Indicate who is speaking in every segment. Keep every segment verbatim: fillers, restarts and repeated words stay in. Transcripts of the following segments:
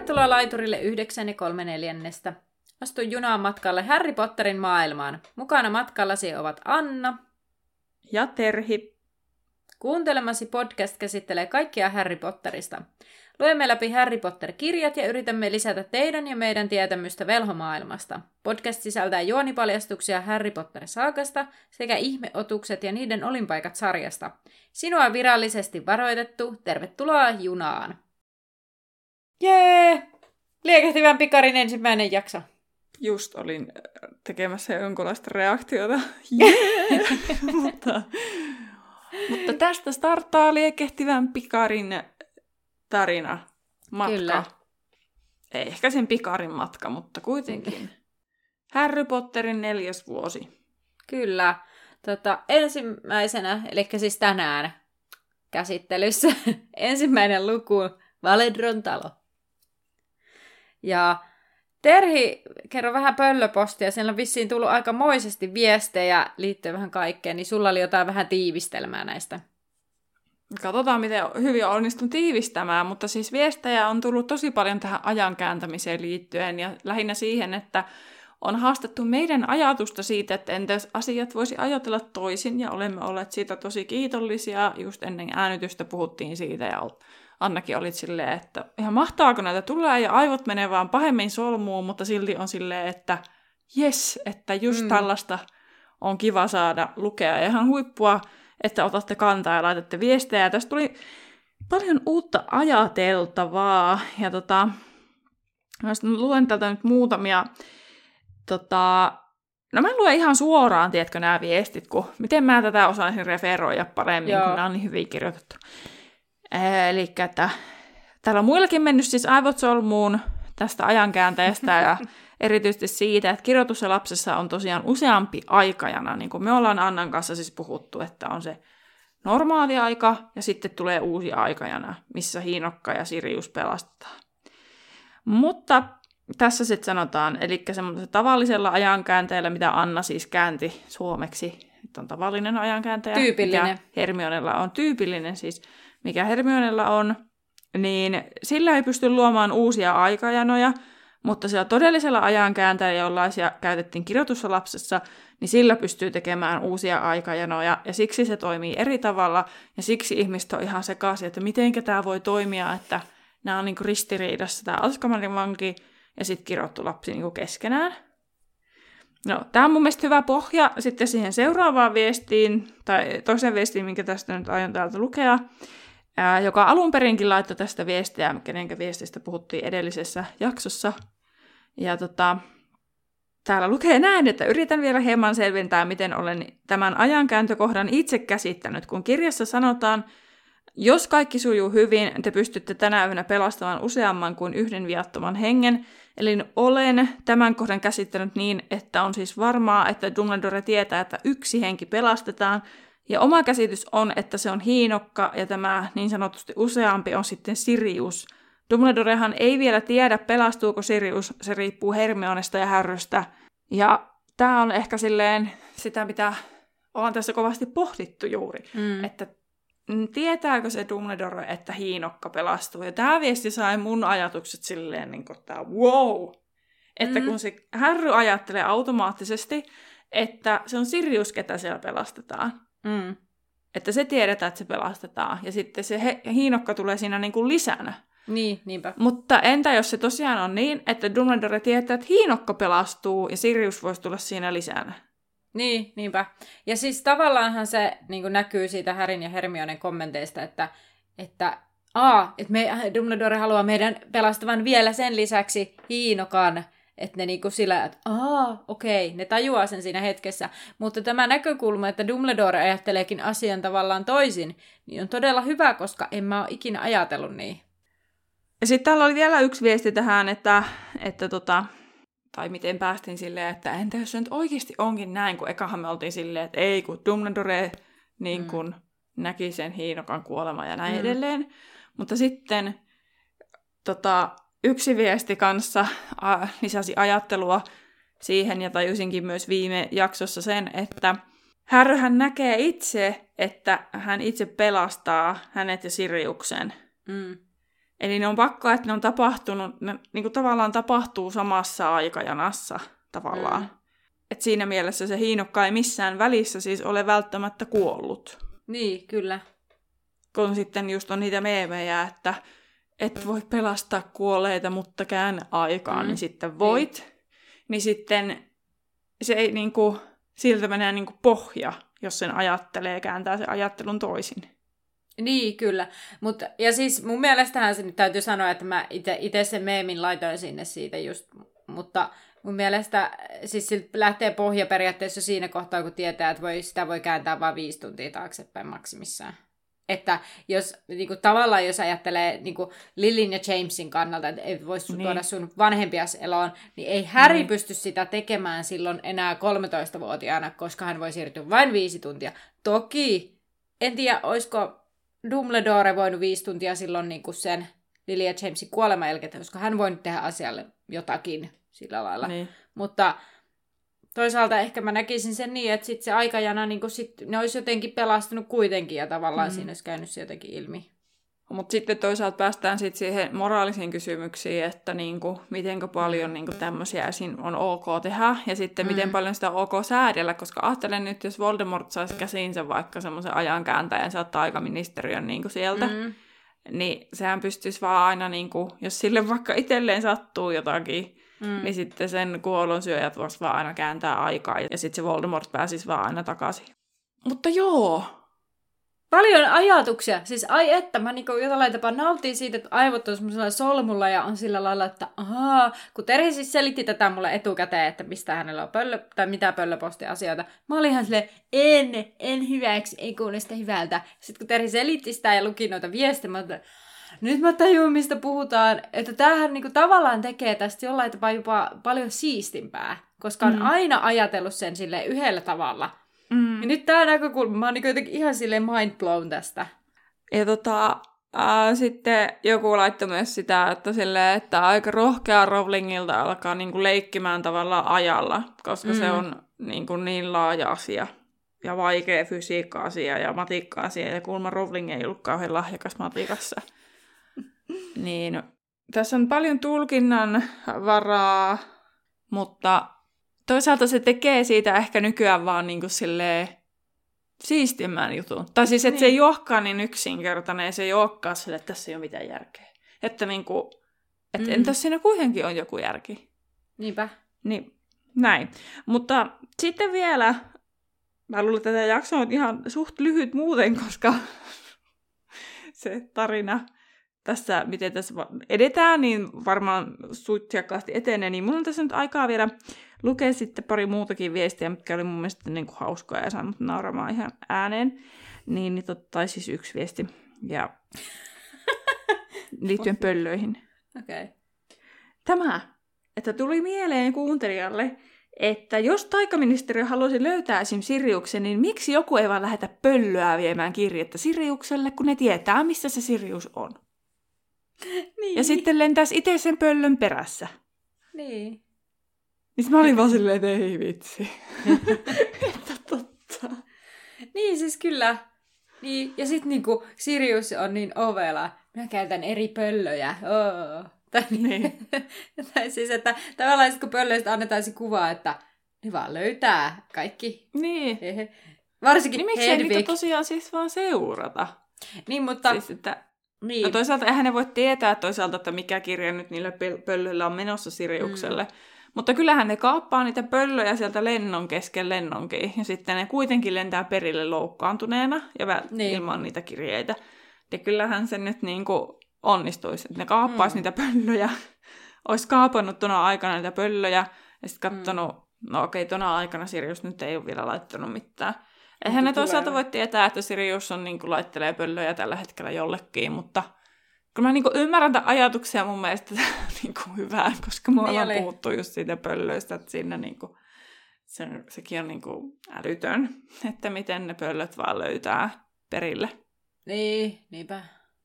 Speaker 1: Tervetuloa laiturille yhdeksän ja kolme neljännestä. Astu junaan matkalle Harry Potterin maailmaan. Mukana matkallasi ovat Anna
Speaker 2: ja Terhi.
Speaker 1: Kuuntelemasi podcast käsittelee kaikkia Harry Potterista. Luemme läpi Harry Potter-kirjat ja yritämme lisätä teidän ja meidän tietämystä velhomaailmasta. Podcast sisältää juonipaljastuksia Harry Potter-saakasta sekä ihmeotukset ja niiden olinpaikat sarjasta. Sinua on virallisesti varoitettu. Tervetuloa junaan! Jee! Liekehtivän pikarin ensimmäinen jakso.
Speaker 2: Just olin tekemässä jonkunlaista reaktiota. Jee! mutta, mutta tästä starttaa Liekehtivän pikarin tarina, matka.
Speaker 1: Kyllä.
Speaker 2: Ei ehkä sen pikarin matka, mutta kuitenkin. Harry Potterin neljäs vuosi.
Speaker 1: Kyllä. Tota, ensimmäisenä, eli siis tänään käsittelyssä, ensimmäinen luku, Valedron talo. Ja Terhi, kerro vähän pöllöpostia, siellä on vissiin tullut aikamoisesti viestejä liittyen vähän kaikkeen, niin sulla oli jotain vähän tiivistelmää näistä.
Speaker 2: Katsotaan, miten hyvin onnistun tiivistämään, mutta siis viestejä on tullut tosi paljon tähän ajan kääntämiseen liittyen ja lähinnä siihen, että on haastettu meidän ajatusta siitä, että entäs asiat voisi ajatella toisin ja olemme olleet siitä tosi kiitollisia. Just ennen äänitystä puhuttiin siitä ja Annakin olit silleen, että ihan mahtaako näitä tulee ja aivot menee vaan pahemmin solmuun, mutta silti on silleen, että jes, että just mm. tällaista on kiva saada lukea ja ihan huippua, että otatte kantaa ja laitatte viestejä. Tästä tuli paljon uutta ajateltavaa. Ja tota, luen täältä nyt muutamia. Tota, no mä luen ihan suoraan, tiedätkö, nämä viestit, kun miten mä tätä osaisin referoida paremmin, Joo. kun nämä on niin hyvin kirjoitettu. Eli että täällä on muillakin mennyt siis aivot solmuun tästä ajankäänteestä ja erityisesti siitä, että kirjoitus lapsessa on tosiaan useampi aikajana, niin kuin me ollaan Annan kanssa siis puhuttu, että on se normaali aika ja sitten tulee uusi aikajana, missä Hiinokka ja Sirius pelastetaan. Mutta tässä sitten sanotaan, eli semmoisella tavallisella ajankäänteellä, mitä Anna siis käänti suomeksi, että on tavallinen ajankääntäjä,
Speaker 1: tyypillinen.
Speaker 2: Mikä Hermionella on tyypillinen siis, mikä Hermionella on, niin sillä ei pysty luomaan uusia aikajanoja, mutta sillä todellisella ajankääntäjällä, jollaisia käytettiin kirjoitussa lapsessa, niin sillä pystyy tekemään uusia aikajanoja, ja siksi se toimii eri tavalla, ja siksi ihmiset on ihan sekaisin, että miten tämä voi toimia, että nämä on niinku ristiriidassa, tämä Azkabanin vanki ja sitten kirjoittu lapsi niinku keskenään. No, tämä on mun mielestä hyvä pohja sitten siihen seuraavaan viestiin, tai toiseen viestiin, minkä tästä nyt aion täältä lukea, ää, joka alun perinkin laittoi tästä viestiä, kenenkä viestistä puhuttiin edellisessä jaksossa. Ja tota, täällä lukee näin, että yritän vielä hieman selventää, miten olen tämän ajankääntökohdan itse käsittänyt, kun kirjassa sanotaan, jos kaikki sujuu hyvin, te pystytte tänä yönä pelastamaan useamman kuin yhden viattoman hengen. Eli olen tämän kohdan käsittänyt niin, että on siis varmaa, että Dumbledore tietää, että yksi henki pelastetaan. Ja oma käsitys on, että se on Hiinokka ja tämä niin sanotusti useampi on sitten Sirius. Dumbledorehan ei vielä tiedä, pelastuuko Sirius, se riippuu Hermionesta ja Harrystä. Ja tämä on ehkä silleen sitä, mitä ollaan tässä kovasti pohdittu juuri, mm. että tietääkö se Dumbledore, että Hiinokka pelastuu? Ja tämä viesti sai mun ajatukset silleen, niin kuin tämä wow! Että mm. kun se Harry ajattelee automaattisesti, että se on Sirius, ketä siellä pelastetaan.
Speaker 1: Mm.
Speaker 2: Että se tiedetään, että se pelastetaan. Ja sitten se he- Hiinokka tulee siinä niin kuin lisänä.
Speaker 1: Niin, niinpä.
Speaker 2: Mutta entä jos se tosiaan on niin, että Dumbledore tietää, että Hiinokka pelastuu ja Sirius voisi tulla siinä lisänä?
Speaker 1: Niin, niinpä. Ja siis tavallaanhan se niin kuin näkyy siitä Harryn ja Hermionen kommenteista, että, että, aa, että me, Dumbledore haluaa meidän pelastavan vielä sen lisäksi Hiinokan, että ne niin kuin sillä, että aa, okei, ne tajuaa sen siinä hetkessä. Mutta tämä näkökulma, että Dumbledore ajatteleekin asian tavallaan toisin, niin on todella hyvä, koska en mä ole ikinä ajatellut niin.
Speaker 2: Ja sitten täällä oli vielä yksi viesti tähän, että, että tota... tai miten päästiin silleen, että entä jos se nyt oikeasti onkin näin, kun ekahan me oltiin silleen, että ei, kun Dumbledore niin kun mm. näki sen Hiinokan kuolema ja näin mm. edelleen. Mutta sitten tota, yksi viesti kanssa a, lisäsi ajattelua siihen, ja tajusinkin myös viime jaksossa sen, että Harryhän näkee itse, että hän itse pelastaa hänet ja Siriuksen.
Speaker 1: Mm.
Speaker 2: Eli ne on pakko, että ne on tapahtunut, ne niin kuin tavallaan tapahtuu samassa aikajanassa tavallaan. Mm. Että siinä mielessä se hiinokka ei missään välissä siis ole välttämättä kuollut.
Speaker 1: Niin, kyllä.
Speaker 2: Kun sitten just on niitä meemejä, että et voi pelastaa kuolleita, mutta käänne aikaan, mm. niin sitten voit. Niin, niin sitten se ei niinku, siltä menee niinku pohja, jos sen ajattelee ja kääntää sen ajattelun toisin. Niin,
Speaker 1: kyllä. Mut, ja siis mun mielestähän se nyt täytyy sanoa, että mä itse sen meemin laitoin sinne siitä just, mutta mun mielestä siis siltä lähtee pohja periaatteessa siinä kohtaa, kun tietää, että voi, sitä voi kääntää vain viisi tuntia taaksepäin maksimissaan. Että jos niinku, tavallaan jos ajattelee niinku, Lillyn ja Jamesin kannalta, että ei voisi niin. tuoda sun vanhempias eloon, niin ei Harry niin. pysty sitä tekemään silloin enää kolmetoistavuotiaana, koska hän voi siirtyä vain viisi tuntia. Toki, en tiedä, olisiko Dumbledore voinut viisi tuntia silloin niinku sen Lily ja Jamesin kuoleman jälkeen, koska hän voi nyt tehdä asialle jotakin sillä lailla. Niin. Mutta toisaalta ehkä mä näkisin sen niin, että sit se aikajana niin sit, ne olisi jotenkin pelastunut kuitenkin ja tavallaan mm. siinä olisi käynyt se jotenkin ilmi.
Speaker 2: Mutta sitten toisaalta päästään sit siihen moraalisiin kysymyksiin, että niinku, miten paljon niinku, tämmöisiä esim. On ok tehdä ja sitten mm. miten paljon sitä on ok säädellä, koska ajattelen nyt, jos Voldemort saisi käsiinsä vaikka semmoisen ajankääntäjän saattaa aikaministeriön niinku, sieltä, mm. niin sehän pystyisi vaan aina, niinku, jos sille vaikka itselleen sattuu jotakin, Mm. niin sitten sen kuolonsyöjät voisi vaan aina kääntää aikaa, ja sitten se Voldemort pääsisi vaan aina takaisin. Mutta joo!
Speaker 1: Paljon ajatuksia. Siis ai että, mä niinku jotain tapaa nautin siitä, että aivot on semmoisella solmulla, ja on sillä lailla, että ahaa, kun Terhi siis selitti tätä mulle etukäteen, että mistä hänellä on pöllö, tai mitä pöllöpostiasioita. Mä olin ihan silleen, en, en hyväksi, ei kuulosta hyvältä. Sitten kun Terhi selitti sitä ja luki noita viestejä, mä olin, nyt mä tajuin, mistä puhutaan, että tämähän niinku tavallaan tekee tästä jollain tapaa jopa paljon siistimpää, koska on mm. aina ajatellut sen silleen yhdellä tavalla. Mm. Ja nyt tää näkökulma, mä oon niinku jotenkin ihan silleen mind blown tästä.
Speaker 2: Ja tota, ää, sitten joku laittoi myös sitä, että, silleen, että aika rohkea Rowlingilta alkaa niinku leikkimään tavallaan ajalla, koska mm. se on niinku niin laaja asia. Ja vaikea fysiikka-asia ja matikka-asia, ja kuulemma Rowling ei ollut kauhean lahjakas matikassa. Niin, tässä on paljon tulkinnan varaa, mutta toisaalta se tekee siitä ehkä nykyään vaan niin kuin silleen siistimmän jutun. Tai siis, että niin. se ei olekaan niin yksinkertainen ja se ei olekaan sille, että tässä ei ole mitään järkeä. Että niin kuin, että mm. entäs siinä kuitenkin on joku järki.
Speaker 1: Niinpä.
Speaker 2: Niin, näin. Mutta sitten vielä, mä luulen, että tämä jakso on ihan suht lyhyt muuten, koska se tarina tässä, miten tässä edetään, niin varmaan suitsiakkaasti etenee, niin mulla on tässä nyt aikaa vielä lukea sitten pari muutakin viestiä, mitkä oli mun mielestä niin kuin hauskoja ja saanut nauramaan ihan ääneen. Niin, niin tai siis yksi viesti. Ja liittyen pöllöihin.
Speaker 1: Okei. Okay.
Speaker 2: Tämä, että tuli mieleen kuuntelijalle, että jos taikaministeriö haluaisi löytää esim. Siriuksen, niin miksi joku ei vaan lähetä pöllöä viemään kirjettä Siriukselle, kun ne tietää, missä se Sirius on? Niin. Ja sitten lentäisi itse sen pöllön perässä.
Speaker 1: Niin.
Speaker 2: Niin mä olin vaan silleen, että ei vitsi. Että totta.
Speaker 1: Niin siis kyllä. Niin. Ja sitten niinku Sirius on niin ovela. Minä käytän eri pöllöjä. Oh. Tai, niin. tai siis, että tavallaan kun pöllöistä annetaan se kuva, että ne vaan löytää kaikki.
Speaker 2: Niin.
Speaker 1: Varsinkin
Speaker 2: niin miksi
Speaker 1: Hedwig.
Speaker 2: Ei niitä tosiaan siis vaan seurata?
Speaker 1: Niin, mutta
Speaker 2: siis, että
Speaker 1: niin.
Speaker 2: No toisaalta eihän ne voi tietää toisaalta, että mikä kirja nyt niillä pöllöillä on menossa Siriukselle. Mm. Mutta kyllähän ne kaappaa niitä pöllöjä sieltä lennon kesken lennonkin. Ja sitten ne kuitenkin lentää perille loukkaantuneena ja vält- niin. ilman niitä kirjeitä. Ja kyllähän se nyt niin kuin onnistuisi, että ne kaappaisi mm. niitä pöllöjä. Olisi kaapannut tuona aikana niitä pöllöjä ja sitten katsonut, mm. no okei, tuona aikana Sirius nyt ei ole vielä laittanut mitään. Eihän ne toisaalta voi tietää, että Sirius on, niin kuin, laittelee pöllöjä tällä hetkellä jollekin, mutta kun mä niin kuin, ymmärrän tämän ajatuksia mun mielestä niin kuin, hyvää, koska me ollaan niin puhuttu just siitä pöllöistä, että siinä niin kuin, se, sekin on niin kuin, älytön, että miten ne pöllöt vaan löytää perille.
Speaker 1: Niin, niinpä.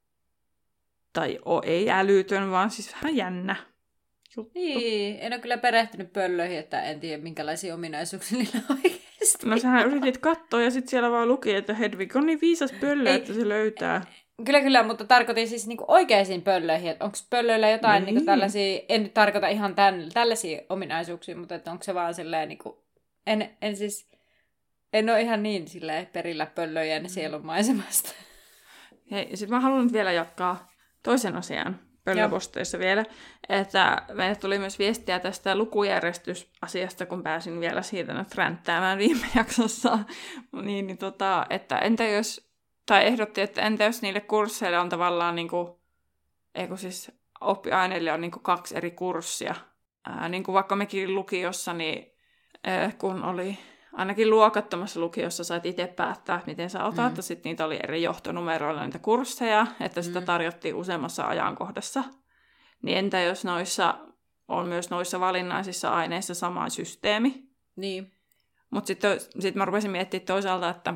Speaker 2: Tai o, ei älytön, vaan siis vähän jännä juttu.
Speaker 1: Niin, en ole kyllä perehtynyt pöllöihin, että en tiedä minkälaisia ominaisuuksia niillä oikeasti.
Speaker 2: No sähän yritit katsoa ja sitten siellä vaan luki, että Hedwig on niin viisas pöllö, ei, että se löytää.
Speaker 1: Kyllä, kyllä, mutta tarkoitin siis niinku oikeisiin pöllöihin, että onko pöllöillä jotain niin. Niinku tällaisia, en nyt tarkoita ihan tämän, tällaisia ominaisuuksia, mutta että onko se vaan silleen, niinku, en, en siis, en ole ihan niin silleen perillä pöllöjen mm. sielun maisemasta.
Speaker 2: Hei, sit mä haluan nyt vielä jatkaa toisen asian pöllöposteissa vielä, että meille tuli myös viestiä tästä lukujärjestysasiasta, kun pääsin vielä siitä nyt ränttäämään viime jaksossa, niin, niin tota, että entä jos tai ehdotti, että entä jos niille kursseille on tavallaan, niin kuin, eikö siis oppiaineille on niin kuin kaksi eri kurssia. Ää, niin kuin vaikka mekin lukiossa, niin ää, kun oli ainakin luokattomassa lukiossa, sait itse päättää, miten sä otat, mm. sitten niitä oli eri johtonumeroilla niitä kursseja, että sitä mm. tarjottiin useammassa ajankohdassa. Niin entä jos noissa on myös noissa valinnaisissa aineissa sama systeemi?
Speaker 1: Niin.
Speaker 2: Mutta sitten sit mä rupesin miettimään toisaalta, että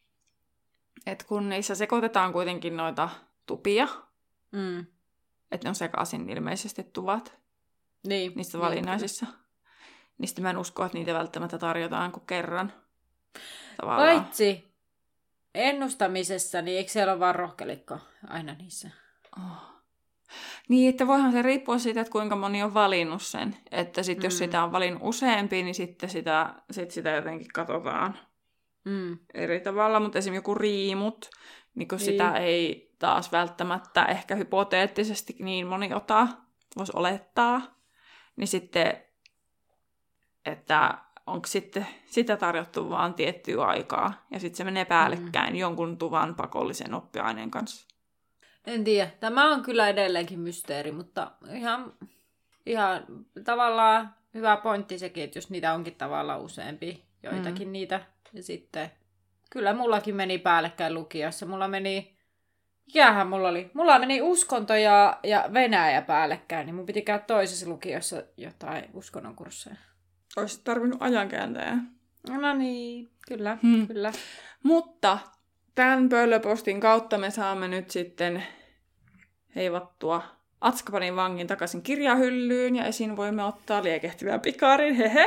Speaker 2: että kun niissä sekoitetaan kuitenkin noita tupia, mm. että ne on sekaisin ilmeisesti tuvat
Speaker 1: niin,
Speaker 2: niissä valinnaisissa, niin, niin sitten mä en usko, että niitä välttämättä tarjotaan kuin kerran. Tavallaan.
Speaker 1: Paitsi ennustamisessa, niin eikö siellä ole vaan rohkelikko aina niissä?
Speaker 2: Oh. Niin, että voihan se riippua siitä, että kuinka moni on valinnut sen. Että sitten mm. jos sitä on valinnut useampi, niin sitten sitä, sit sitä jotenkin katsotaan. Mm. eri tavalla, mutta esimerkiksi joku riimut, niin kun niin. sitä ei taas välttämättä ehkä hypoteettisesti niin moni ota, voisi olettaa, niin sitten, että onko sitten sitä tarjottu vaan tiettyä aikaa, ja sitten se menee päällekkäin mm. jonkun tuvan pakollisen oppiaineen kanssa.
Speaker 1: En tiedä. Tämä on kyllä edelleenkin mysteeri, mutta ihan, ihan tavallaan hyvä pointti sekin, että jos niitä onkin tavallaan useampi, joitakin mm. niitä. Ja sitten, kyllä mullakin meni päällekkäin lukiossa. Mulla meni, mikähän mulla oli? Mulla meni uskonto ja, ja Venäjä päällekkäin, niin mun piti käydä toisessa lukiossa jotain uskonnon kursseja.
Speaker 2: Olisit tarvinnut ajankääntäjää.
Speaker 1: No niin, kyllä,
Speaker 2: hmm.
Speaker 1: kyllä.
Speaker 2: Mutta tämän pöllöpostin kautta me saamme nyt sitten heivattua Azkabanin vangin takaisin kirjahyllyyn ja esiin voimme ottaa liekehtivän pikarin. Hehe!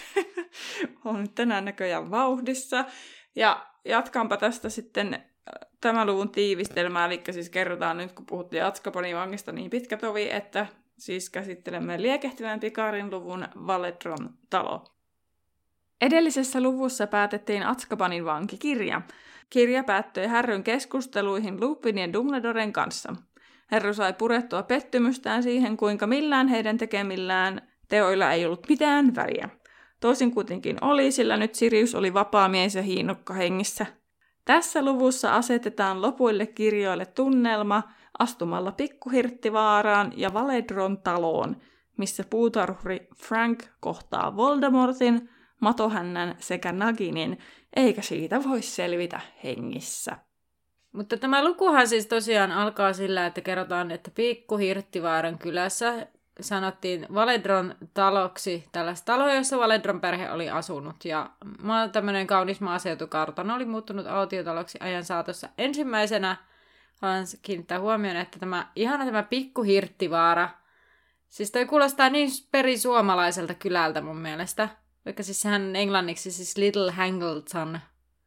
Speaker 2: On nyt tänään näköjään vauhdissa. Ja jatkaanpa tästä sitten tämän luvun tiivistelmää, eli siis kerrotaan nyt, kun puhuttiin Azkabanin vangista niin pitkä tovi, että siis käsittelemme liekehtivän pikarin luvun Valedron talo. Edellisessä luvussa päätettiin Azkabanin vankikirja. Kirja päättyi Harryn keskusteluihin Lupin ja Dumbledoren kanssa. Harry sai purettua pettymystään siihen, kuinka millään heidän tekemillään teoilla ei ollut mitään väliä. Toisin kuitenkin oli, sillä nyt Sirius oli vapaa mies ja hiinokka hengissä. Tässä luvussa asetetaan lopuille kirjoille tunnelma astumalla Pikkuhirttivaaraan ja Valedron taloon, missä puutarhuri Frank kohtaa Voldemortin, Matohännän sekä Naginin, eikä siitä voi selvitä hengissä.
Speaker 1: Mutta tämä lukuhan siis tosiaan alkaa sillä, että kerrotaan, että Pikkuhirttivaaran kylässä sanottiin Valedron taloksi tällaista taloa, jossa Valedron perhe oli asunut. Ja tämmöinen kaunis maaseutukartano oli muuttunut autiotaloksi ajan saatossa. Ensimmäisenä haluan kiinnittää huomioon, että tämä ihana tämä Pikkuhirttivaara, siis toi kuulostaa niin perisuomalaiselta kylältä mun mielestä. Vaikka siis sehän englanniksi siis Little Hangleton.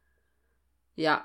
Speaker 1: Ja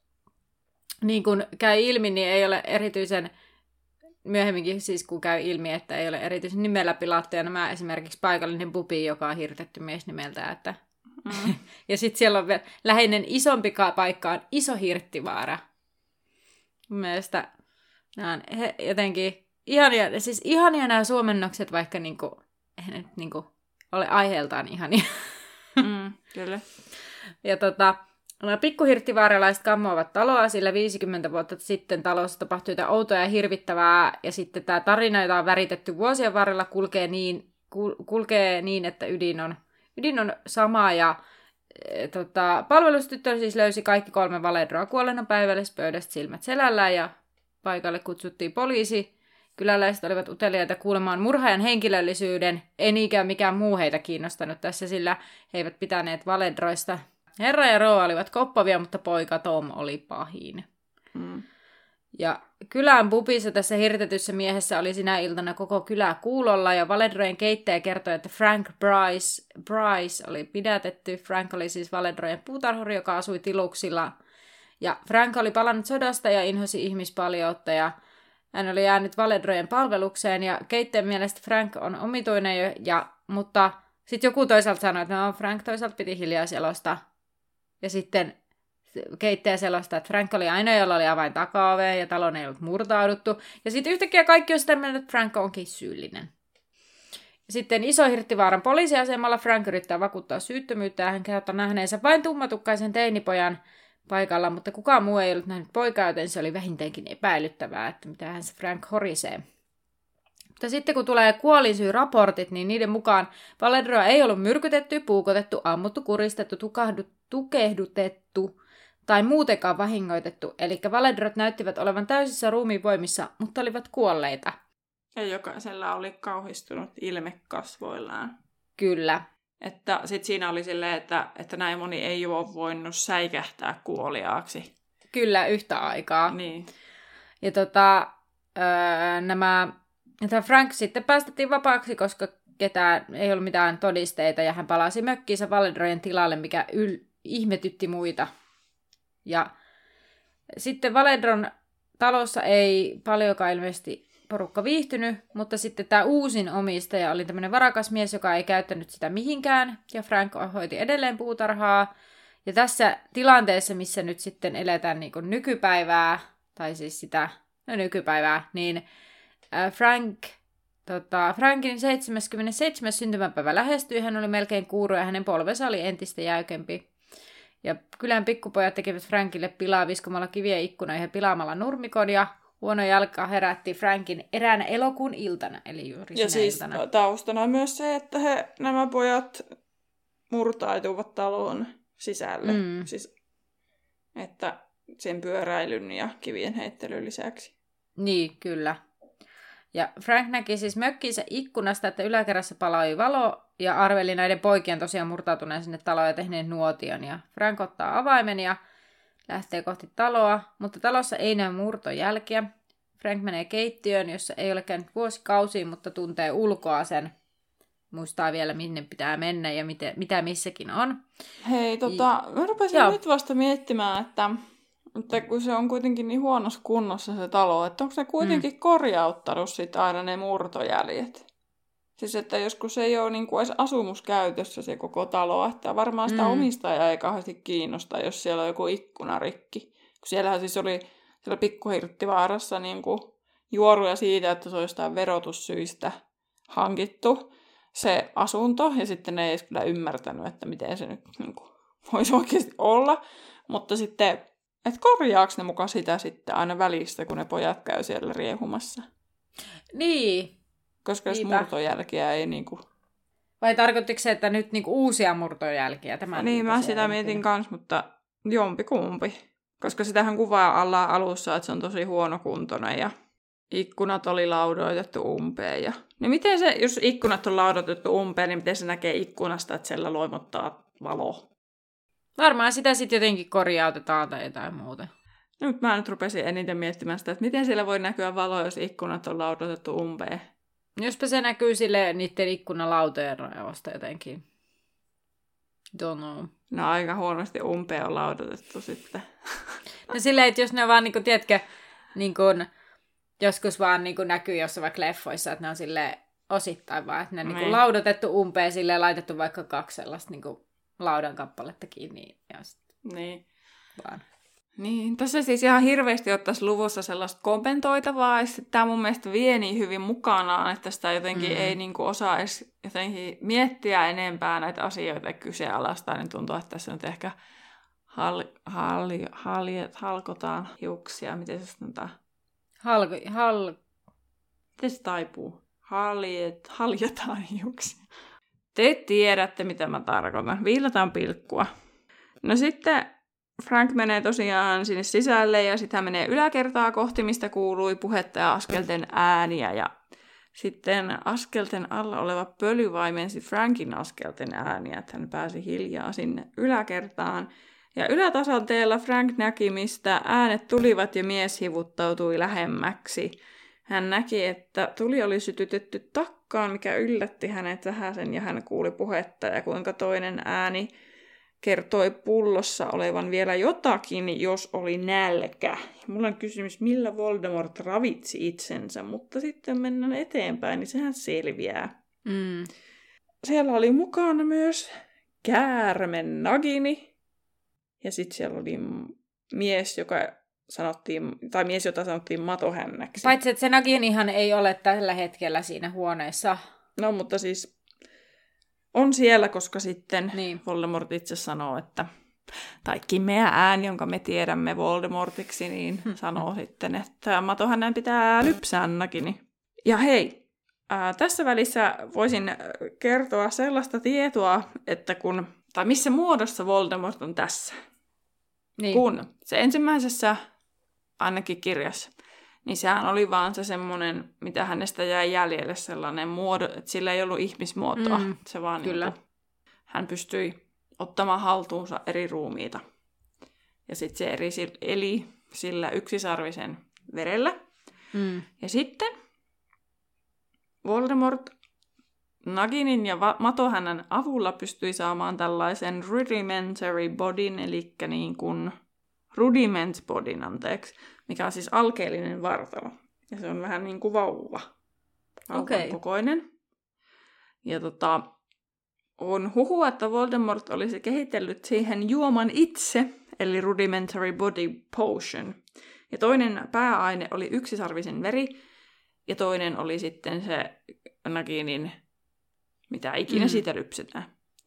Speaker 1: niin kuin käy ilmi, niin ei ole erityisen, myöhemminkin siis kun käy ilmi, että ei ole erityisen nimellä pilattuja nämä esimerkiksi paikallinen pubi, joka on hirtetty mies nimeltä. Että... Mm. Ja sitten siellä on vielä läheinen isompi paikka on Iso Hirttivaara. Mun mielestä nämä on he, jotenkin ihania, siis ihania nämä suomennokset, vaikka niinku, eihän nyt niinku ole aiheeltaan ihania.
Speaker 2: Mm, kyllä.
Speaker 1: Ja tota... Nämä pikkuhirttivaaralaiset kammoavat taloa, sillä viisikymmentä vuotta sitten talossa tapahtui jotain outoa ja hirvittävää, ja sitten tämä tarina, jota on väritetty vuosien varrella, kulkee niin, kul, kulkee niin että ydin on, ydin on sama, ja e, tota, palvelustyttö siis löysi kaikki kolme Valedroa kuolleena päivällispöydästä silmät selällään, ja paikalle kutsuttiin poliisi. Kyläläiset olivat uteliaita kuulemaan murhaajan henkilöllisyyden, ei niinkään mikään muu heitä kiinnostanut tässä, sillä he eivät pitäneet Valedroista. Herra ja rouva olivat koppavia, mutta poika Tom oli pahin. Mm. Ja kylän pubissa tässä hirtetyssä miehessä oli sinä iltana koko kylä kuulolla, ja Valedrojen keittäjä kertoi, että Frank Bryce, Bryce oli pidätetty. Frank oli siis Valedrojen puutarhuri, joka asui tiluksilla. Ja Frank oli palannut sodasta ja inhosi ihmispaljoutta ja hän oli jäänyt Valedrojen palvelukseen ja Keitten mielestä Frank on omituinen, ja, mutta sitten joku toisaalta sanoi, että no, Frank toisaalta piti hiljaa selosta. Ja sitten Keitte selosta, että Frank oli aina, jolla oli avain takaoveen ja talon ei ollut murtauduttu. Ja sitten yhtäkkiä kaikki on sitä mieltä, että Frank onkin syyllinen. Sitten Iso-Hirttivaaran poliisiasemalla Frank yrittää vakuuttaa syyttömyyttä ja hän kertoo nähneensä vain tummatukkaisen teinipojan paikalla, mutta kukaan muu ei ollut nähnyt poikaa, joten se oli vähintäänkin epäilyttävää, että mitähän se Frank horisee. Mutta sitten kun tulee kuolinsyyraportit, niin niiden mukaan Valedroa ei ollut myrkytetty, puukotettu, ammuttu, kuristettu, tukahdu, tukehdutettu tai muutenkaan vahingoitettu. Eli Valedrot näyttivät olevan täysissä ruumiinvoimissa, mutta olivat kuolleita.
Speaker 2: Ja jokaisella oli kauhistunut ilme kasvoillaan.
Speaker 1: Kyllä.
Speaker 2: Että sit siinä oli silleen, että, että näin moni ei ole voinut säikähtää kuoliaaksi.
Speaker 1: Kyllä, yhtä aikaa.
Speaker 2: Niin.
Speaker 1: Ja tota, öö, nämä, että Frank sitten päästettiin vapaaksi, koska ketään ei ollut mitään todisteita, ja hän palasi mökkiinsä Valedrojen tilalle, mikä yl- ihmetytti muita. Ja sitten Valedron talossa ei paljonkaan ilmeisesti porukka viihtynyt, mutta sitten tämä uusin omistaja oli tämmöinen varakas mies, joka ei käyttänyt sitä mihinkään, ja Frank hoiti edelleen puutarhaa. Ja tässä tilanteessa, missä nyt sitten eletään niin kuin nykypäivää, tai siis sitä no nykypäivää, niin Frank, tota, Frankin seitsemäskymmenesseitsemäs syntymäpäivä lähestyi, hän oli melkein kuuro ja hänen polvensa oli entistä jäykempi. Ja kylän pikkupojat tekivät Frankille pilaa viskomalla kiviä ikkunoihin ja pilaamalla nurmikon, ja huono jalka herätti Frankin eräänä elokuun iltana, eli juuri
Speaker 2: ja siis
Speaker 1: iltana.
Speaker 2: Taustana myös se, että he, nämä pojat murtautuvat taloon sisälle. Mm. Siis, että sen pyöräilyn ja kivien heittelyn lisäksi.
Speaker 1: Niin, kyllä. Ja Frank näki siis mökkinsä ikkunasta, että yläkerrassa paloi valo, ja arveli näiden poikien tosiaan murtautuneen sinne taloon ja tehneen nuotion. Ja Frank ottaa avaimen ja lähtee kohti taloa, mutta talossa ei näy murtojälkiä. Frank menee keittiöön, jossa ei ole käynyt vuosikausiin, mutta tuntee ulkoa sen. Muistaa vielä, minne pitää mennä ja mitä, mitä missäkin on.
Speaker 2: Hei, tota, mä rupesin Joo. nyt vasta miettimään, että, että kun se on kuitenkin niin huonossa kunnossa se talo, että onko se kuitenkin mm. korjauttanut sit aina ne murtojäljet? Siis, että joskus ei ole niin kuin edes asumuskäytössä se koko talo, että varmaan sitä mm. omistajaa ei kauheasti kiinnosta, jos siellä on joku ikkuna rikki. Kun siellähän siis oli siellä Pikkuhirttivaarassa niin kuin juoruja siitä, että se on jostain verotussyistä hankittu se asunto, ja sitten ne ei edes kyllä ymmärtänyt, että miten se nyt niin kuin voisi oikeasti olla. Mutta sitten, että korjaako ne mukaan sitä sitten aina välistä, kun ne pojat käy siellä riehumassa?
Speaker 1: Niin.
Speaker 2: Koska jos murtojälkiä ei niinku...
Speaker 1: Vai tarkoittiko se, että nyt niinku uusia murtojälkiä? Tämä
Speaker 2: niin, mä sitä mietin kans, mutta jompikumpi. Koska sitähän kuvaa alla alussa, että se on tosi huonokuntoinen ja ikkunat oli laudoitettu umpeen. Ja... Niin miten se, jos ikkunat on laudoitettu umpeen, niin miten se näkee ikkunasta, että siellä loimottaa valo?
Speaker 1: Varmaan sitä sitten jotenkin korjautetaan tai jotain muuta.
Speaker 2: No, mutta mä nyt rupesin eniten miettimään sitä, että miten siellä voi näkyä valo, jos ikkunat on laudoitettu umpeen.
Speaker 1: Jospa se näkyy sille niiden ikkunalautojen rajoista jotenkin. Don't know.
Speaker 2: No aika huonosti umpeen on laudotettu sitten.
Speaker 1: No silleen, että jos ne vaan, niin kuin, tiedätkö, niin kuin, joskus vaan niin kuin näkyy jossain vaikka leffoissa, että ne on silleen osittain vaan, että ne on niin kuin laudotettu umpeen silleen, laitettu vaikka kaksi sellaista niin kuin laudan kappaletta kiinni. Ja sitten
Speaker 2: niin.
Speaker 1: Vaan.
Speaker 2: Niin, tässä siis ihan hirveästi ottaisi luvussa sellaista kommentoitavaa, ja sitten tämä mun mielestä vie niin hyvin mukanaan, että sitä jotenkin mm. ei niinku osaa edes jotenkin miettiä enempää näitä asioita ja kyseenalaistaa, niin tuntuu, että tässä nyt ehkä hal, hal, hal, halkotaan hiuksia. Miten se sanotaan?
Speaker 1: Halko, hal...
Speaker 2: Miten se taipuu? Haljet, haljataan hiuksia. Te tiedätte, mitä mä tarkoitan. Viilataan pilkkua. No sitten... Frank menee tosiaan sinne sisälle ja sitten hän menee yläkertaa kohti, mistä kuului puhetta ja askelten ääniä. Ja sitten askelten alla oleva pöly vaimensi Frankin askelten ääniä, että hän pääsi hiljaa sinne yläkertaan. Ja ylätasanteella Frank näki, mistä äänet tulivat ja mies hivuttautui lähemmäksi. Hän näki, että tuli oli sytytetty takkaan, mikä yllätti hänet vähäsen ja hän kuuli puhetta ja kuinka toinen ääni kertoi pullossa olevan vielä jotakin, jos oli nälkä. Mulla on kysymys, millä Voldemort ravitsi itsensä, mutta sitten mennään eteenpäin, niin sehän selviää.
Speaker 1: Mm.
Speaker 2: Siellä oli mukana myös käärme Nagini, ja sitten siellä oli mies, joka sanottiin, tai mies, jota sanottiin Matohännäksi.
Speaker 1: Paitsi, että se Naginihan ei ole tällä hetkellä siinä huoneessa.
Speaker 2: No, mutta siis on siellä, koska sitten
Speaker 1: niin.
Speaker 2: Voldemort itse sanoo, että, tai meidän ääni, jonka me tiedämme Voldemortiksi, niin sanoo sitten, että Matohännän pitää lypsää Nagini. Ja hei, ää, tässä välissä voisin kertoa sellaista tietoa, että kun, tai missä muodossa Voldemort on tässä.
Speaker 1: Niin.
Speaker 2: Kun se ensimmäisessä, ainakin kirjassa, niin sehän oli vaan se semmoinen, mitä hänestä jäi jäljelle, sellainen muodo, että sillä ei ollut ihmismuotoa.
Speaker 1: Mm,
Speaker 2: se vaan
Speaker 1: kyllä.
Speaker 2: Niin kuin, hän pystyi ottamaan haltuunsa eri ruumiita. Ja sitten se eri, eli sillä yksisarvisen verellä.
Speaker 1: Mm.
Speaker 2: Ja sitten Voldemort Naginin ja Matohännän avulla pystyi saamaan tällaisen rudimentary bodyn, eli niin kuin rudiment bodyn, anteeksi, mikä on siis alkeellinen vartalo. Ja se on vähän niin kuin vauva. Vauvan
Speaker 1: okay.
Speaker 2: kokoinen. Ja tota, on huhua, että Voldemort olisi kehitellyt siihen juoman itse, eli rudimentary body potion. Ja toinen pääaine oli yksisarvisen veri, ja toinen oli sitten se Naginin, mitä ikinä mm. siitä lypsetään.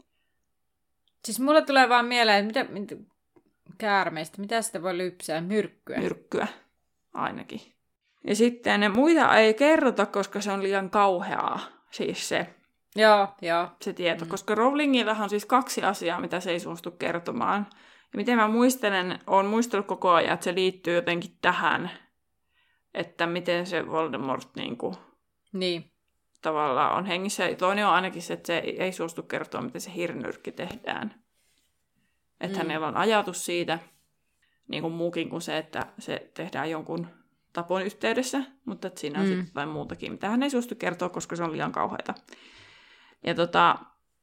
Speaker 1: Siis mulle tulee vaan mieleen, että mitä, mitä käärmeistä, mitä sitä voi lypsää? Myrkkyä?
Speaker 2: Myrkkyä, ainakin. Ja sitten muita ei kerrota, koska se on liian kauheaa, siis se,
Speaker 1: joo, joo.
Speaker 2: se tieto.
Speaker 1: Mm.
Speaker 2: Koska Rowlingillahan on siis kaksi asiaa, mitä se ei suostu kertomaan. Ja miten mä muistelen, olen muistellut koko ajan, että se liittyy jotenkin tähän, että miten se Voldemort niin kuin,
Speaker 1: niin.
Speaker 2: tavallaan on hengissä. Toinen on ainakin se, että se ei suostu kertoa, miten se hirnyrkki tehdään. Että mm. hänellä on ajatus siitä, niin kuin muukin kuin se, että se tehdään jonkun tapon yhteydessä, mutta että siinä on mm. sitten jotain muutakin, mitä hän ei suostu kertoa, koska se on liian kauheata. Ja tota,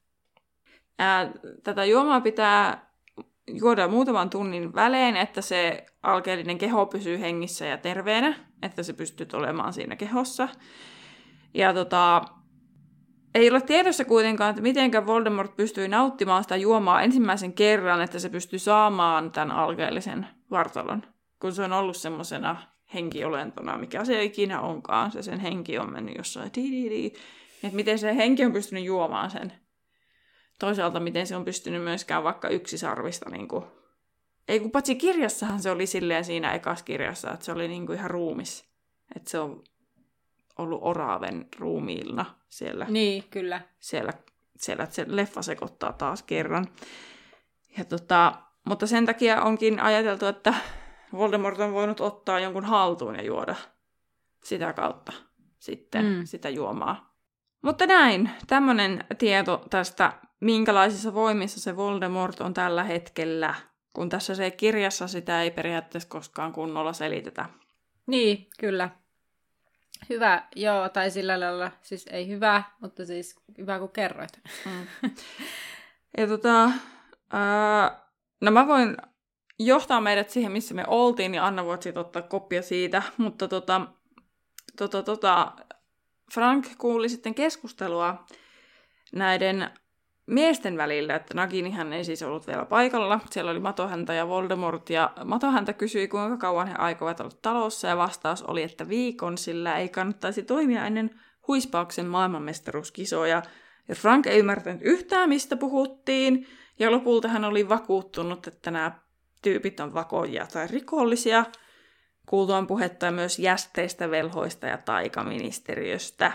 Speaker 2: ää, tätä juomaa pitää juoda muutaman tunnin välein, että se alkeellinen keho pysyy hengissä ja terveenä, että se pystyy olemaan siinä kehossa. Ja tota, ei ole tiedossa kuitenkaan, että miten Voldemort pystyi nauttimaan sitä juomaa ensimmäisen kerran, että se pystyi saamaan tämän alkeellisen vartalon, kun se on ollut semmoisena henkiolentona, mikä se ikinä onkaan. Se sen henki on mennyt jossain di-di-di. Että miten se henki on pystynyt juomaan sen. Toisaalta miten se on pystynyt myöskään vaikka yksisarvista. Niin kuin... Ei kun patsi kirjassahan se oli silleen siinä ekassa kirjassa, että se oli niin kuin ihan ruumis. Että se on ollut oraaven ruumiilna siellä.
Speaker 1: Niin, kyllä.
Speaker 2: Siellä, siellä että se leffa sekoittaa taas kerran. Ja tota, mutta sen takia onkin ajateltu, että Voldemort on voinut ottaa jonkun haltuun ja juoda sitä kautta sitten mm. sitä juomaa. Mutta näin, tämmöinen tieto tästä, minkälaisissa voimissa se Voldemort on tällä hetkellä, kun tässä se kirjassa sitä ei periaatteessa koskaan kunnolla selitetä.
Speaker 1: Niin, kyllä. Hyvä, joo, tai sillä lailla, siis ei hyvä, mutta siis hyvä kun kerroit.
Speaker 2: Mm. Ja tota, ää, no mä voin johtaa meidät siihen, missä me oltiin, niin Anna voit sitten ottaa koppia siitä, mutta tota, tota, tota, Frank kuuli sitten keskustelua näiden miesten välillä, että Naginihan ei siis ollut vielä paikalla. Siellä oli Matohäntä ja Voldemort, ja Matohäntä kysyi, kuinka kauan he aikovat olla talossa, ja vastaus oli, että viikon, sillä ei kannattaisi toimia ennen huispauksen maailmanmestaruuskisoja. Ja Frank ei ymmärtänyt yhtään, mistä puhuttiin, ja lopulta hän oli vakuuttunut, että nämä tyypit on vakoja tai rikollisia, kuultuaan puhetta myös jästeistä, velhoista ja taikaministeriöstä.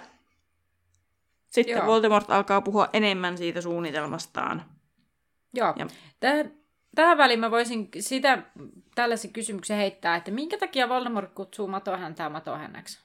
Speaker 2: Sitten Joo. Voldemort alkaa puhua enemmän siitä suunnitelmastaan.
Speaker 1: Joo. Ja. Tähän, tähän väliin mä voisin sitä tällaisen kysymyksen heittää, että minkä takia Voldemort kutsuu Matohäntää Matohännäksi?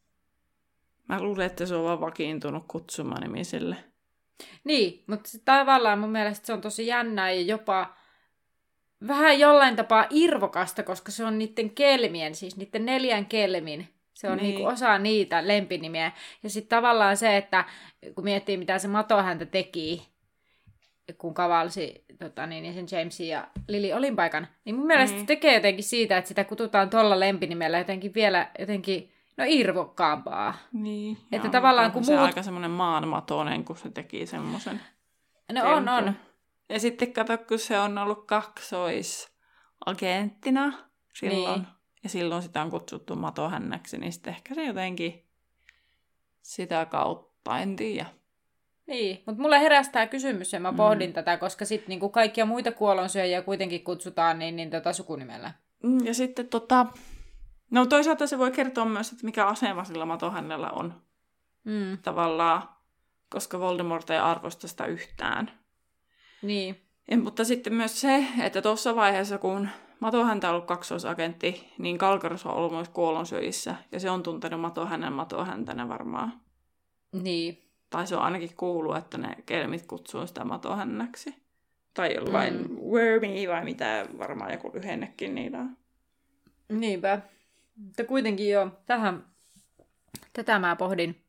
Speaker 2: Mä luulen, että se on vaan vakiintunut kutsumaan nimiselle.
Speaker 1: Niin, mutta tavallaan mun mielestä se on tosi jännää ja jopa vähän jollain tapaa irvokasta, koska se on niiden kelmien, siis niiden neljän kelmin. Se on niin. Niinku osa niitä lempinimiä. Ja sitten tavallaan se, että kun miettii, mitä se Matohäntä teki, kun kavalsi tota, niin, sen Jamesin ja Lily Olinpaikan, niin mun mielestä
Speaker 2: Mm.
Speaker 1: se tekee jotenkin siitä, että sitä kutsutaan tuolla lempinimellä jotenkin vielä jotenkin, no irvokkaampaa.
Speaker 2: Niin.
Speaker 1: Että
Speaker 2: joo,
Speaker 1: tavallaan
Speaker 2: mutta
Speaker 1: kun
Speaker 2: se
Speaker 1: muut...
Speaker 2: aika semmoinen maanmatoinen, kun se teki semmoisen.
Speaker 1: No on, on.
Speaker 2: Ja sitten kato, kun se on ollut kaksoisagenttina silloin,
Speaker 1: Niin.
Speaker 2: ja silloin sitä on kutsuttu matohännäksi, niin sitten ehkä se jotenkin sitä kautta, en tiedä.
Speaker 1: Niin, mutta mulle heräsi tämä kysymys ja mä
Speaker 2: Mm.
Speaker 1: pohdin tätä, koska sitten niinku kaikkia muita kuolonsyöjiä kuitenkin kutsutaan niin, niin tota sukunimellä.
Speaker 2: Mm, Ja sitten tota... No toisaalta se voi kertoa myös, että mikä asema sillä matohännällä on
Speaker 1: Mm.
Speaker 2: tavallaan, koska Voldemort ei arvosta sitä yhtään.
Speaker 1: Niin.
Speaker 2: Ja, mutta sitten myös se, että tuossa vaiheessa, kun Matohäntä on ollut kaksoisagentti, niin Kalkaros on ollut myös kuolonsyöjissä, ja se on tuntenut Matohännän Matohäntänä varmaan.
Speaker 1: Niin.
Speaker 2: Tai se on ainakin kuullut, että ne kelmit kutsuu sitä Matohännäksi. Tai jollain
Speaker 1: Mm.
Speaker 2: mm. Wormy vai mitä, varmaan joku lyhennekin niitä on.
Speaker 1: Niinpä. Mutta kuitenkin joo, tähän, tätä mä pohdin,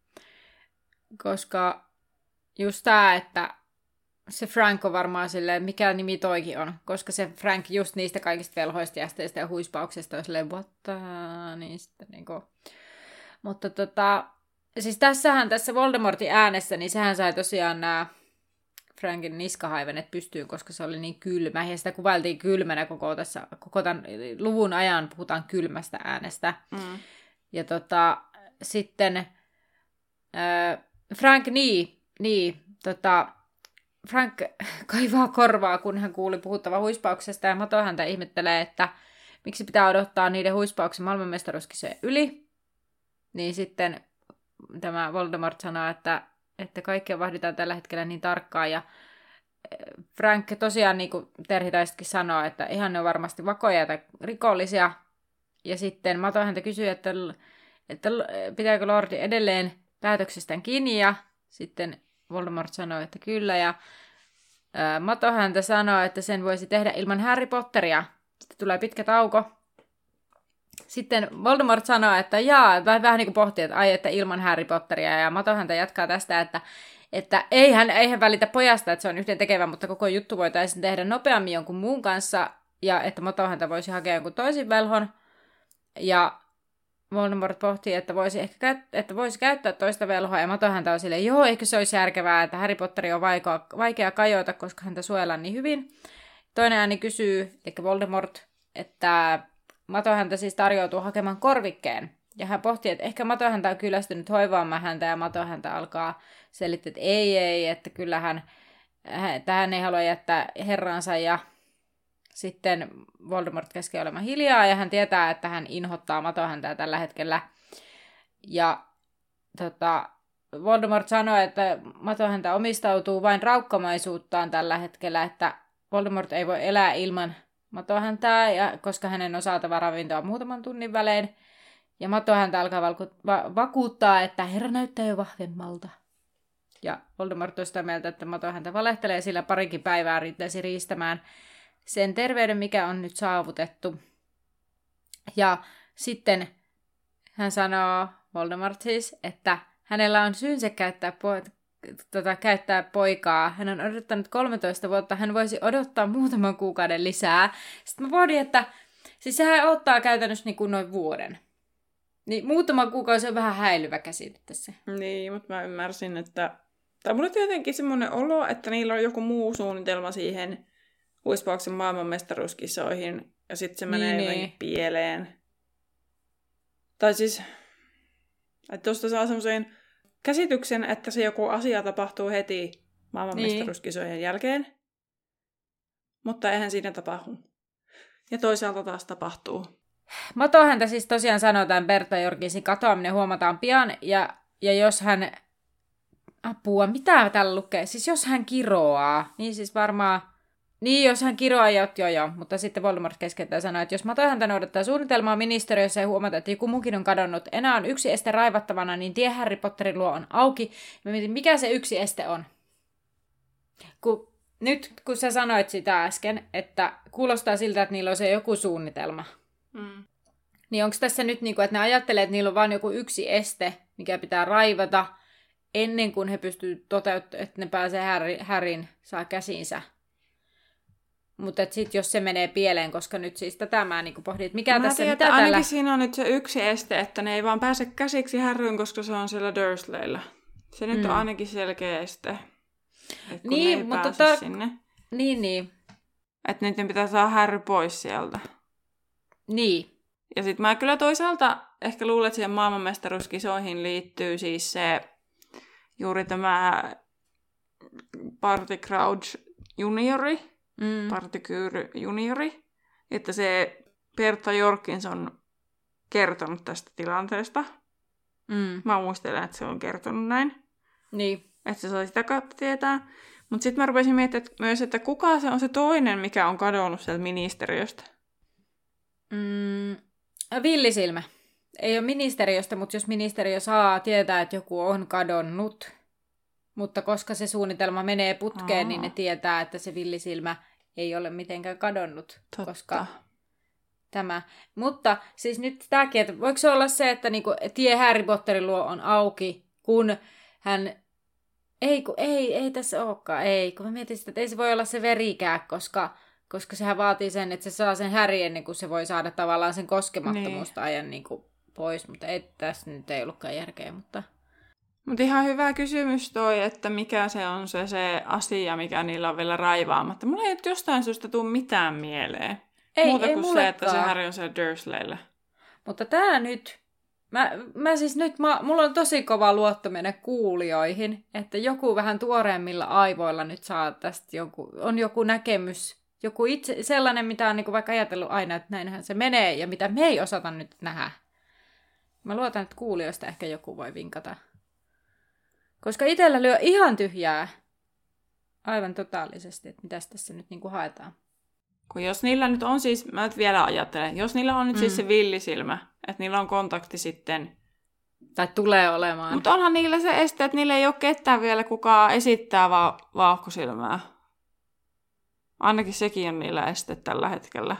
Speaker 1: koska just tää, että se Frank on varmaan silleen, mikä nimi toikin on, koska se Frank just niistä kaikista velhoista, jästeistä ja huispauksista on silleen, what the... Niin sitten niinku... Mutta tota, siis tässähän, tässä Voldemortin äänessä, niin sehän sai tosiaan nämä Frankin niskahaivenet pystyyn, koska se oli niin kylmä, ja sitä kuvailtiin kylmänä koko, tässä, koko tämän luvun ajan, puhutaan kylmästä äänestä.
Speaker 2: Mm.
Speaker 1: Ja tota, sitten äh, Frank, niin, niin tota, Frank kaivaa korvaa, kun hän kuuli puhuttava huispauksesta, ja Mato häntä ihmettelee, että miksi pitää odottaa niiden huispauksen maailmanmestaruuskisojen yli. Niin sitten tämä Voldemort sanoo, että, että kaikkea vahditaan tällä hetkellä niin tarkkaan, ja Frank tosiaan, niin kuin Terhi taisikin sanoa, että ihan ne on varmasti vakoja tai rikollisia. Ja sitten Mato häntä kysyy, että, että pitääkö Lordi edelleen päätöksestään kiinni, ja sitten Voldemort sanoi, että kyllä, ja ää, Mato häntä sanoo, että sen voisi tehdä ilman Harry Potteria. Sitten tulee pitkä tauko. Sitten Voldemort sanoo, että jaa, vähän, vähän niin kuin pohtii, että ai, että ilman Harry Potteria, ja Mato häntä jatkaa tästä, että että ei hän, ei hän välitä pojasta, että se on yhden tekevä, mutta koko juttu voitaisiin tehdä nopeammin jonkun muun kanssa, ja että Mato häntä voisi hakea jonkun toisen velhon. Ja Voldemort pohtii, että voisi ehkä käyt- että voisi käyttää toista velhoa, ja Mato häntä on silleen, joo, eikö se olisi järkevää, että Harry Potteri on vaikea, vaikea kajota, koska häntä suojellaan niin hyvin. Toinen ääni kysyy, eli Voldemort, että Mato häntä siis tarjoutuu hakemaan korvikkeen. Ja hän pohtii, että ehkä Mato häntä on kyllästynyt hoivaamaan häntä, ja Mato häntä alkaa selittää, että ei, ei, että kyllähän että hän ei halua jättää herransa, ja sitten Voldemort käskee olemaan hiljaa, ja hän tietää, että hän inhottaa Mato häntä tällä hetkellä. Ja tota, Voldemort sanoo, että Mato häntä omistautuu vain raukkamaisuuttaan tällä hetkellä, että Voldemort ei voi elää ilman Mato häntää, ja koska hänen on saatava ravintoa muutaman tunnin välein. Ja Mato häntä alkaa valku- va- vakuuttaa, että herra näyttää jo vahvemmalta. Ja Voldemort on sitä mieltä, että Mato häntä valehtelee, sillä parinkin päivää riittäisi riistämään sen terveyden, mikä on nyt saavutettu. Ja sitten hän sanoo, Voldemort siis, että hänellä on syynsä käyttää, po- tota, käyttää poikaa. Hän on odottanut kolmetoista vuotta, hän voisi odottaa muutaman kuukauden lisää. Sitten mä pohdin, että siis sehän ottaa käytännössä niin kuin noin vuoden. Niin muutama kuukausi on vähän häilyvä käsite tässä.
Speaker 2: Niin, mutta mä ymmärsin, että... Tai mulla on jotenkin semmoinen olo, että niillä on joku muu suunnitelma siihen huispauksen maailmanmestaruuskisoihin, ja sitten se menee
Speaker 1: niin,
Speaker 2: jotenkin
Speaker 1: niin.
Speaker 2: pieleen. Tai siis, että tuosta saa semmoisen käsityksen, että se joku asia tapahtuu heti maailmanmestaruuskisojen niin. jälkeen, mutta eihän siinä tapahdu. Ja toisaalta taas tapahtuu.
Speaker 1: Mato häntä siis tosiaan sanoo, tämän Berta Jorgensin katoaminen huomataan pian, ja, ja jos hän... Apua, mitä täällä lukee? Siis jos hän kiroaa, niin siis varmaan... Niin, jos hän kiroaa, joo, joo, joo. Mutta sitten Voldemort keskeyttää sanoa, että jos Mato häntä noudattaa suunnitelmaa ministeriössä ja huomata, että joku muukin on kadonnut, enää on yksi este raivattavana, niin tie Harry Potterin luo on auki. Mä mietin, mikä se yksi este on? Kun, nyt kun sä sanoit sitä äsken, että kuulostaa siltä, että niillä on se joku suunnitelma.
Speaker 2: Mm.
Speaker 1: Niin onko tässä nyt niin kuin, että ne ajattelee, että niillä on vain joku yksi este, mikä pitää raivata, ennen kuin he pystyvät toteuttamaan, että ne pääsee Harry, Harryn saa käsiinsä. Mutta sitten jos se menee pieleen, koska nyt siis tätä mä niin pohdin, että mikä
Speaker 2: mä
Speaker 1: tässä...
Speaker 2: tiedän,
Speaker 1: mitä
Speaker 2: että ainakin
Speaker 1: tällä...
Speaker 2: siinä on nyt se yksi este, että ne ei vaan pääse käsiksi Harryyn, koska se on siellä Dursleyllä. Se nyt mm. on ainakin selkeä este, että kun niin, ne ei mutta pääse ta... sinne.
Speaker 1: Niin, niin.
Speaker 2: Että niiden pitää saada Harry pois sieltä.
Speaker 1: Niin.
Speaker 2: Ja sitten mä kyllä toisaalta ehkä luulen, että siihen maailmanmestaruuskisoihin liittyy siis se juuri tämä Barty Crouch juniori, mm. Barty Kyr juniori, että se Bertha Jorkins on kertonut tästä tilanteesta. Mm. Mä muistelen, että se on kertonut näin.
Speaker 1: Niin.
Speaker 2: Että se sai sitä kautta tietää. Mutta sitten mä rupesin miettimään myös, että kuka se on se toinen, mikä on kadonnut sieltä ministeriöstä.
Speaker 1: Mm, villisilmä. Ei ole ministeriöstä, mutta jos ministeriö saa tietää, että joku on kadonnut, mutta koska se suunnitelma menee putkeen, Aa. niin ne tietää, että se villisilmä ei ole mitenkään kadonnut.
Speaker 2: Totta.
Speaker 1: Koska tämä. Mutta siis nyt tämäkin, että voiko se olla se, että niinku tie Harry Potterin luo on auki, kun hän... Ei, kun, ei, ei tässä olekaan, ei. Kun mä mietin sitä, että ei se voi olla se verikää, koska, koska sehän vaatii sen, että se saa sen Harry ennen kuin se voi saada tavallaan sen koskemattomuutta niin. ajan niin kuin pois. Mutta ei, tässä nyt ei ollutkaan järkeä, mutta...
Speaker 2: Mutta ihan hyvä kysymys toi, että mikä se on se, se asia, mikä niillä on vielä raivaamatta. Mulla ei jostain syystä tule mitään mieleen.
Speaker 1: Ei,
Speaker 2: Muuta
Speaker 1: ei
Speaker 2: kuin
Speaker 1: mullekaan.
Speaker 2: se, että se Harry on siellä Dursleyllä.
Speaker 1: Mutta tää nyt... Mä, mä siis nyt, mä, mulla on tosi kova luotto mennä kuulijoihin, että joku vähän tuoreemmilla aivoilla nyt saa tästä joku, on joku näkemys, joku itse, sellainen, mitä on niin kuin vaikka ajatellut aina, että näinhän se menee ja mitä me ei osata nyt nähdä. Mä luotan, että kuulijoista ehkä joku voi vinkata. Koska itsellä lyö ihan tyhjää aivan totaalisesti, että mitäs tässä nyt niin kuin haetaan.
Speaker 2: Kun jos niillä nyt on siis, mä nyt vielä ajattelen, jos niillä on nyt mm. siis se villisilmä, että niillä on kontakti sitten.
Speaker 1: Tai tulee olemaan.
Speaker 2: Mutta onhan niillä se este, että niillä ei ole ketään vielä kukaan esittää va- vauhkosilmää. Ainakin sekin on niillä este tällä hetkellä.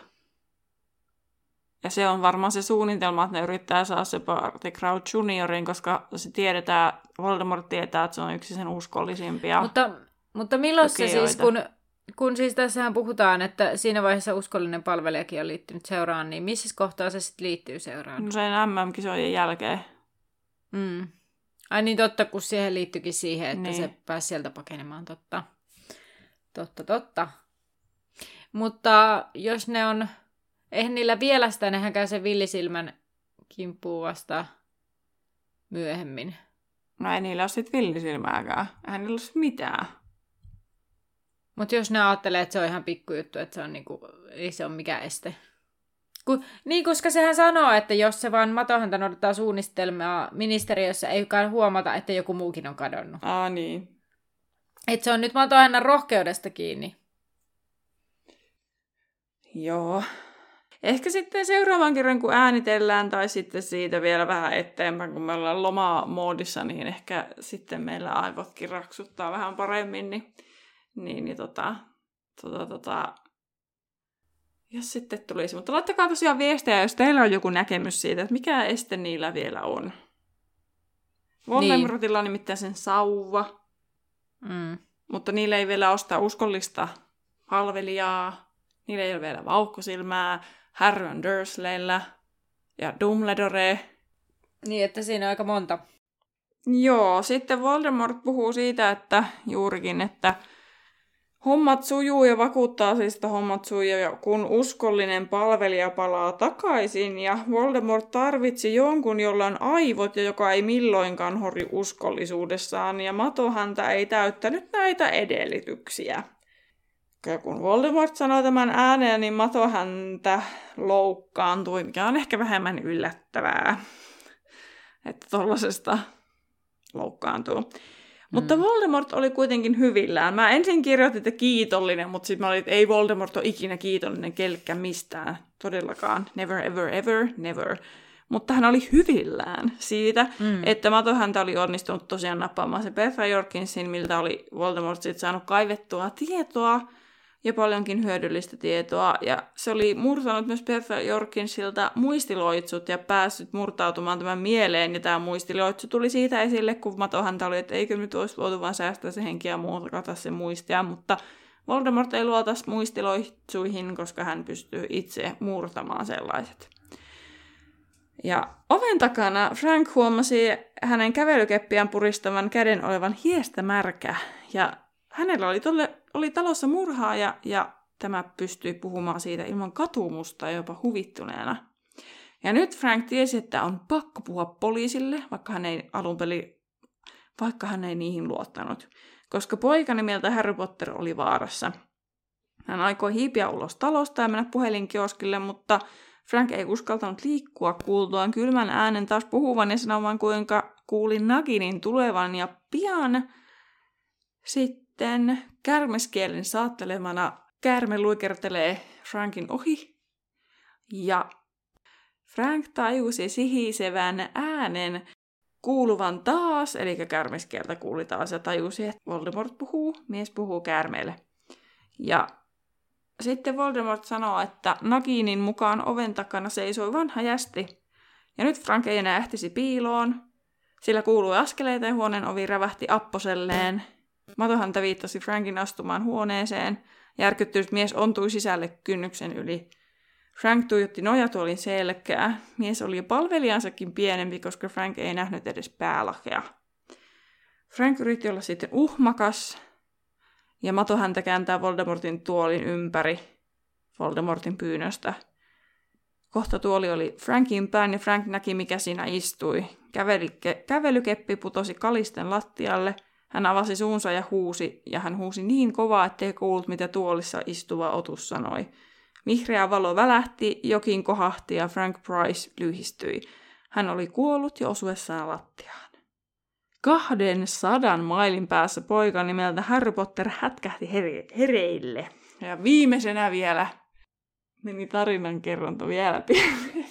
Speaker 2: Ja se on varmaan se suunnitelma, että ne yrittää saada se Barty Crouch juniorin, koska se tiedetään, Voldemort tietää, että se on yksi sen uskollisimpia.
Speaker 1: Mutta, mutta milloin se siis, kun... Kun siis tässähän puhutaan, että siinä vaiheessa uskollinen palvelijakin on liittynyt seuraan, niin missä kohtaa se sitten liittyy seuraan?
Speaker 2: No sen M M-kisojen jälkeen.
Speaker 1: Mm. Ai niin totta, kun siihen liittyikin siihen, että
Speaker 2: niin.
Speaker 1: se pääsi sieltä pakenemaan, totta. Totta, totta. Mutta jos ne on, eihän niillä vielä sitä, nehän käy sen villisilmän kimppuun vasta myöhemmin.
Speaker 2: No ei niillä ole sitten villisilmääkään. Eihän niillä ole mitään.
Speaker 1: Mutta jos ne ajattelee, että se on ihan pikkujuttu, että se on niinku, ei se ole mikään este. Ku, niin, koska sehän sanoo, että jos se vaan matohäntä noudattaa suunnistelmaa ministeriössä, ei kai huomata, että joku muukin on kadonnut.
Speaker 2: Aa, niin.
Speaker 1: Että se on nyt matohännän rohkeudesta kiinni.
Speaker 2: Joo. Ehkä sitten seuraavan kerran, kun äänitellään, tai sitten siitä vielä vähän eteenpäin, kun me ollaan lomamoodissa, niin ehkä sitten meillä aivotkin raksuttaa vähän paremmin, niin Niin, niin tota, tota, tota, jos sitten tulisi. Mutta laittakaa tosiaan viestejä, jos teillä on joku näkemys siitä, että mikä este niillä vielä on. Voldemortilla on nimittäin sen sauva,
Speaker 1: mm.
Speaker 2: mutta niillä ei vielä ostaa uskollista palvelijaa. Niillä ei ole vielä vauhkosilmää, Harry on Dursleyllä ja Dumbledore.
Speaker 1: Niin, että siinä on aika monta.
Speaker 2: Joo, sitten Voldemort puhuu siitä, että juurikin, että hommat sujuu ja vakuuttaa siis, että hommat sujuu, kun uskollinen palvelija palaa takaisin. Ja Voldemort tarvitsi jonkun, jolla on aivot ja joka ei milloinkaan hori uskollisuudessaan. Ja Matohäntä ei täyttänyt näitä edellytyksiä. Ja kun Voldemort sanoi tämän ääneen, niin Matohäntä loukkaantui, mikä on ehkä vähemmän yllättävää, että tollasesta loukkaantuu. Mm. Mutta Voldemort oli kuitenkin hyvillään. Mä ensin kirjoitin, että kiitollinen, mutta sitten mä olin, että ei Voldemort ole ikinä kiitollinen kellekään mistään. Todellakaan. Never, ever, ever, never. Mutta hän oli hyvillään siitä, mm. että Matohäntä oli onnistunut tosiaan nappaamaan se Bertha Jorkinsin, miltä oli Voldemort sitten saanut kaivettua tietoa ja paljonkin hyödyllistä tietoa. Ja se oli murtanut myös Bertha Jorkinsilta muistiloitsut ja päässyt murtautumaan tämän mieleen. Ja tämä muistiloitsu tuli siitä esille, kun Mato häntä oli, että eikö nyt olisi voitu vaan säästää se henki ja muokata se muistia. Mutta Voldemort ei luota muistiloitsuihin, koska hän pystyy itse murtamaan sellaiset. Ja oven takana Frank huomasi hänen kävelykeppiään puristavan käden olevan hiestä märkä. Ja hänellä oli, tolle, oli talossa murhaaja ja tämä pystyi puhumaan siitä ilman katumusta ja jopa huvittuneena. Ja nyt Frank tiesi, että on pakko puhua poliisille, vaikka hän ei alun peli, vaikka hän ei niihin luottanut. Koska poika nimeltä Harry Potter oli vaarassa. Hän aikoi hiipiä ulos talosta ja mennä puhelinkioskille, mutta Frank ei uskaltanut liikkua kuultuaan kylmän äänen taas puhuvan ja sanomaan, kuinka kuuli Naginin tulevan. Ja pian sitten kärmeskielen saattelemana käärme luikertelee Frankin ohi. Ja Frank tajusi sihisevän äänen kuuluvan taas, eli käärmeskieltä kuuli taas ja tajusi, että Voldemort puhuu, mies puhuu käärmeelle. Ja sitten Voldemort sanoo, että Naginin mukaan oven takana seisoi vanha jästi. Ja nyt Frank ei enää ehtisi piiloon, sillä kuului askeleita ja huoneen ovi rävähti apposelleen. Mato häntä viittasi Frankin astumaan huoneeseen. Järkyttynyt mies ontui sisälle kynnyksen yli. Frank tuijotti nojatuolin selkää. Mies oli jo palvelijansakin pienempi, koska Frank ei nähnyt edes päälakea. Frank yritti olla sitten uhmakas, ja Mato häntä kääntää Voldemortin tuolin ympäri Voldemortin pyynnöstä. Kohta tuoli oli Frankin päin, ja Frank näki, mikä siinä istui. Kävelyke- kävelykeppi putosi kalisten lattialle. Hän avasi suunsa ja huusi, ja hän huusi niin kovaa, ettei kuullut, mitä tuolissa istuva otus sanoi. Vihreä valo välähti, jokin kohahti ja Frank Price lyhistyi. Hän oli kuollut jo osuessaan lattiaan. Kahden sadan mailin päässä poika nimeltä Harry Potter hätkähti here- hereille. Ja viimeisenä vielä meni tarinan kerronta vielä pieni.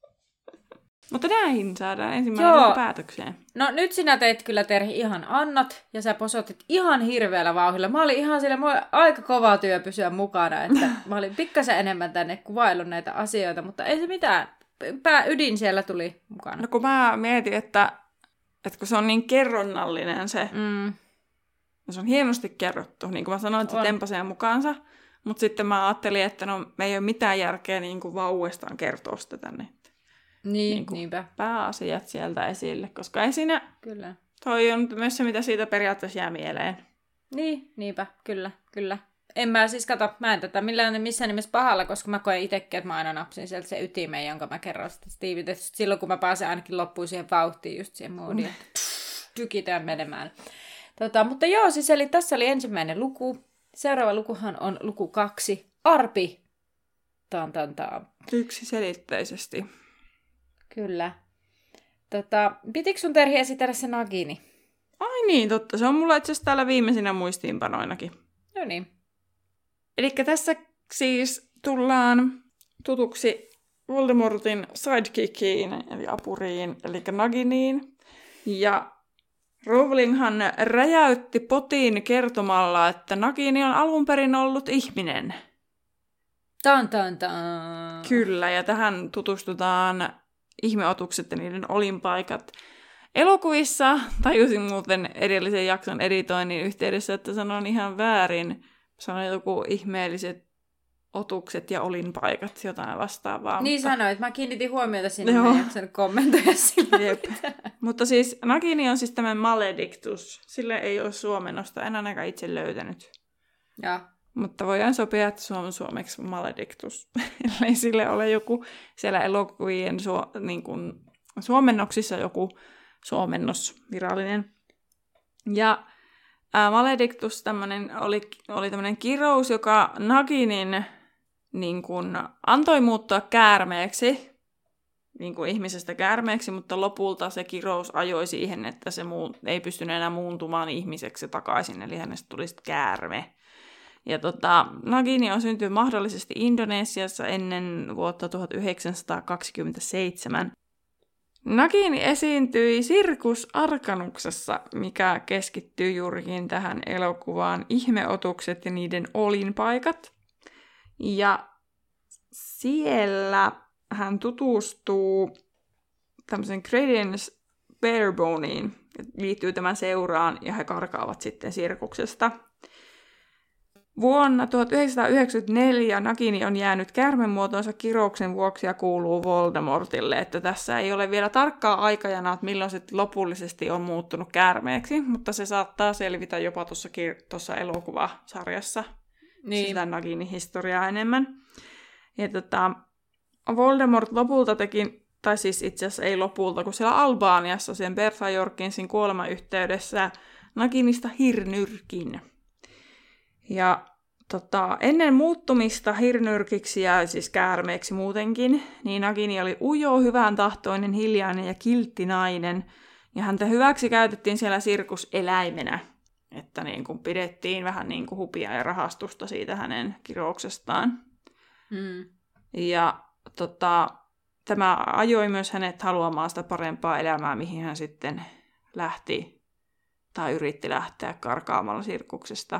Speaker 2: Mutta näihin saadaan ensimmäinen
Speaker 1: Joo.
Speaker 2: päätökseen.
Speaker 1: No nyt sinä teit kyllä, Terhi, ihan annot, ja sä posotit ihan hirveällä vauhdilla. Mä olin ihan sille, mulla oli aika kova työ pysyä mukana, että mä olin pikkasen enemmän tänne kuvaillut näitä asioita, mutta ei se mitään. Pääydin siellä tuli mukana.
Speaker 2: No kun mä mietin, että, että kun se on niin kerronnallinen se,
Speaker 1: Mm.
Speaker 2: se on hienosti kerrottu, niin kuin mä sanoin, että se tempasee mukaansa, mutta sitten mä ajattelin, että no me ei ole mitään järkeä niin kuin vauestaan kertoa sitä tänne.
Speaker 1: Niin,
Speaker 2: Niin kuin
Speaker 1: niinpä.
Speaker 2: pääasiat sieltä esille, koska ei siinä,
Speaker 1: Kyllä.
Speaker 2: toi on myös se, mitä siitä periaatteessa jää mieleen.
Speaker 1: Niin, niinpä, kyllä, kyllä. En mä siis kato, mä en tätä millään missään nimessä pahalla, koska mä koen itsekin, että mä aina napsin sieltä se ytimeen, jonka mä kerron sitten tiivitetysti silloin, kun mä pääsen ainakin loppuun siihen vauhtiin, just siihen moodiin, että tykitään menemään. Tota, mutta joo, siis eli tässä oli ensimmäinen luku. Seuraava lukuhan on luku kaksi. Arpi. Taan, taan, taan.
Speaker 2: Yksiselitteisesti.
Speaker 1: Kyllä. Tota, pitikö sun, Terhi, esitellä se Nagini?
Speaker 2: Ai niin, totta. Se on mulla itse asiassa täällä viimeisinä muistiinpanoinakin.
Speaker 1: No niin.
Speaker 2: Elikkä tässä siis tullaan tutuksi Voldemortin sidekickiin, eli apuriin, eli Naginiin. Ja Rowlinghan räjäytti potin kertomalla, että Nagini on alun perin ollut ihminen.
Speaker 1: Tan, tan, tan.
Speaker 2: Kyllä, ja tähän tutustutaan ihmeotukset ja niiden olinpaikat. Elokuvissa tajusin muuten edellisen jakson editoinnin yhteydessä, että sanon ihan väärin. Sanoin joku ihmeelliset otukset ja olinpaikat, jotain vastaavaa.
Speaker 1: Niin
Speaker 2: mutta...
Speaker 1: sanoit, mä kiinnitin huomiota sinne,
Speaker 2: Joo.
Speaker 1: mä en jaksanut kommentoida sillä.
Speaker 2: Jep. Mutta siis Nagini on siis tämä Maledictus. Sille ei ole suomennosta, en ainakaan itse löytänyt.
Speaker 1: Joo.
Speaker 2: Mutta voidaan sopia, että se on suomeksi Maledictus. Ellei sille ole joku siellä elokuvien su- niin kuin suomennoksissa joku suomennos virallinen. Ja ää, Maledictus tämmönen oli, oli tämmöinen kirous, joka Naginin niin kuin, antoi muuttua käärmeeksi, niin kuin ihmisestä käärmeeksi, mutta lopulta se kirous ajoi siihen, että se muu, ei pystynyt enää muuntumaan ihmiseksi takaisin, eli hänestä tuli käärme. Ja tota, Nagini on syntynyt mahdollisesti Indonesiassa ennen vuotta tuhatyhdeksänsataakaksikymmentäseitsemän. Nagini esiintyi Sirkus Arcanuksessa, mikä keskittyy juurikin tähän elokuvaan ihmeotukset ja niiden olinpaikat. Ja siellä hän tutustuu tämmöisen Credence Bareboneen, liittyy tämän seuraan, ja he karkaavat sitten sirkuksesta. Vuonna tuhatyhdeksänsataayhdeksänkymmentäneljä Nagini on jäänyt käärmemuotoonsa kirouksen vuoksi ja kuuluu Voldemortille, että tässä ei ole vielä tarkkaa aikajana, että milloin se lopullisesti on muuttunut käärmeeksi, mutta se saattaa selvitä jopa tuossa kir- elokuvasarjassa, niin. Sitä Naginin historiaa enemmän. Ja tota, Voldemort lopulta teki, tai siis itse asiassa ei lopulta, kun siellä Albaniassa sen Bertha Jorkinsin kuoleman yhteydessä Naginista hirnyrkin. Ja tota, ennen muuttumista hirnyrkiksi ja siis käärmeeksi muutenkin, niin Nagini oli ujo, hyvän tahtoinen, hiljainen ja kiltti nainen. Ja häntä hyväksi käytettiin siellä sirkuseläimenä, että niin kuin pidettiin vähän niin kuin hupia ja rahastusta siitä hänen kirouksestaan. Mm. Ja tota, tämä ajoi myös hänet haluamaan sitä parempaa elämää, mihin hän sitten lähti tai yritti lähteä karkaamalla sirkuksesta.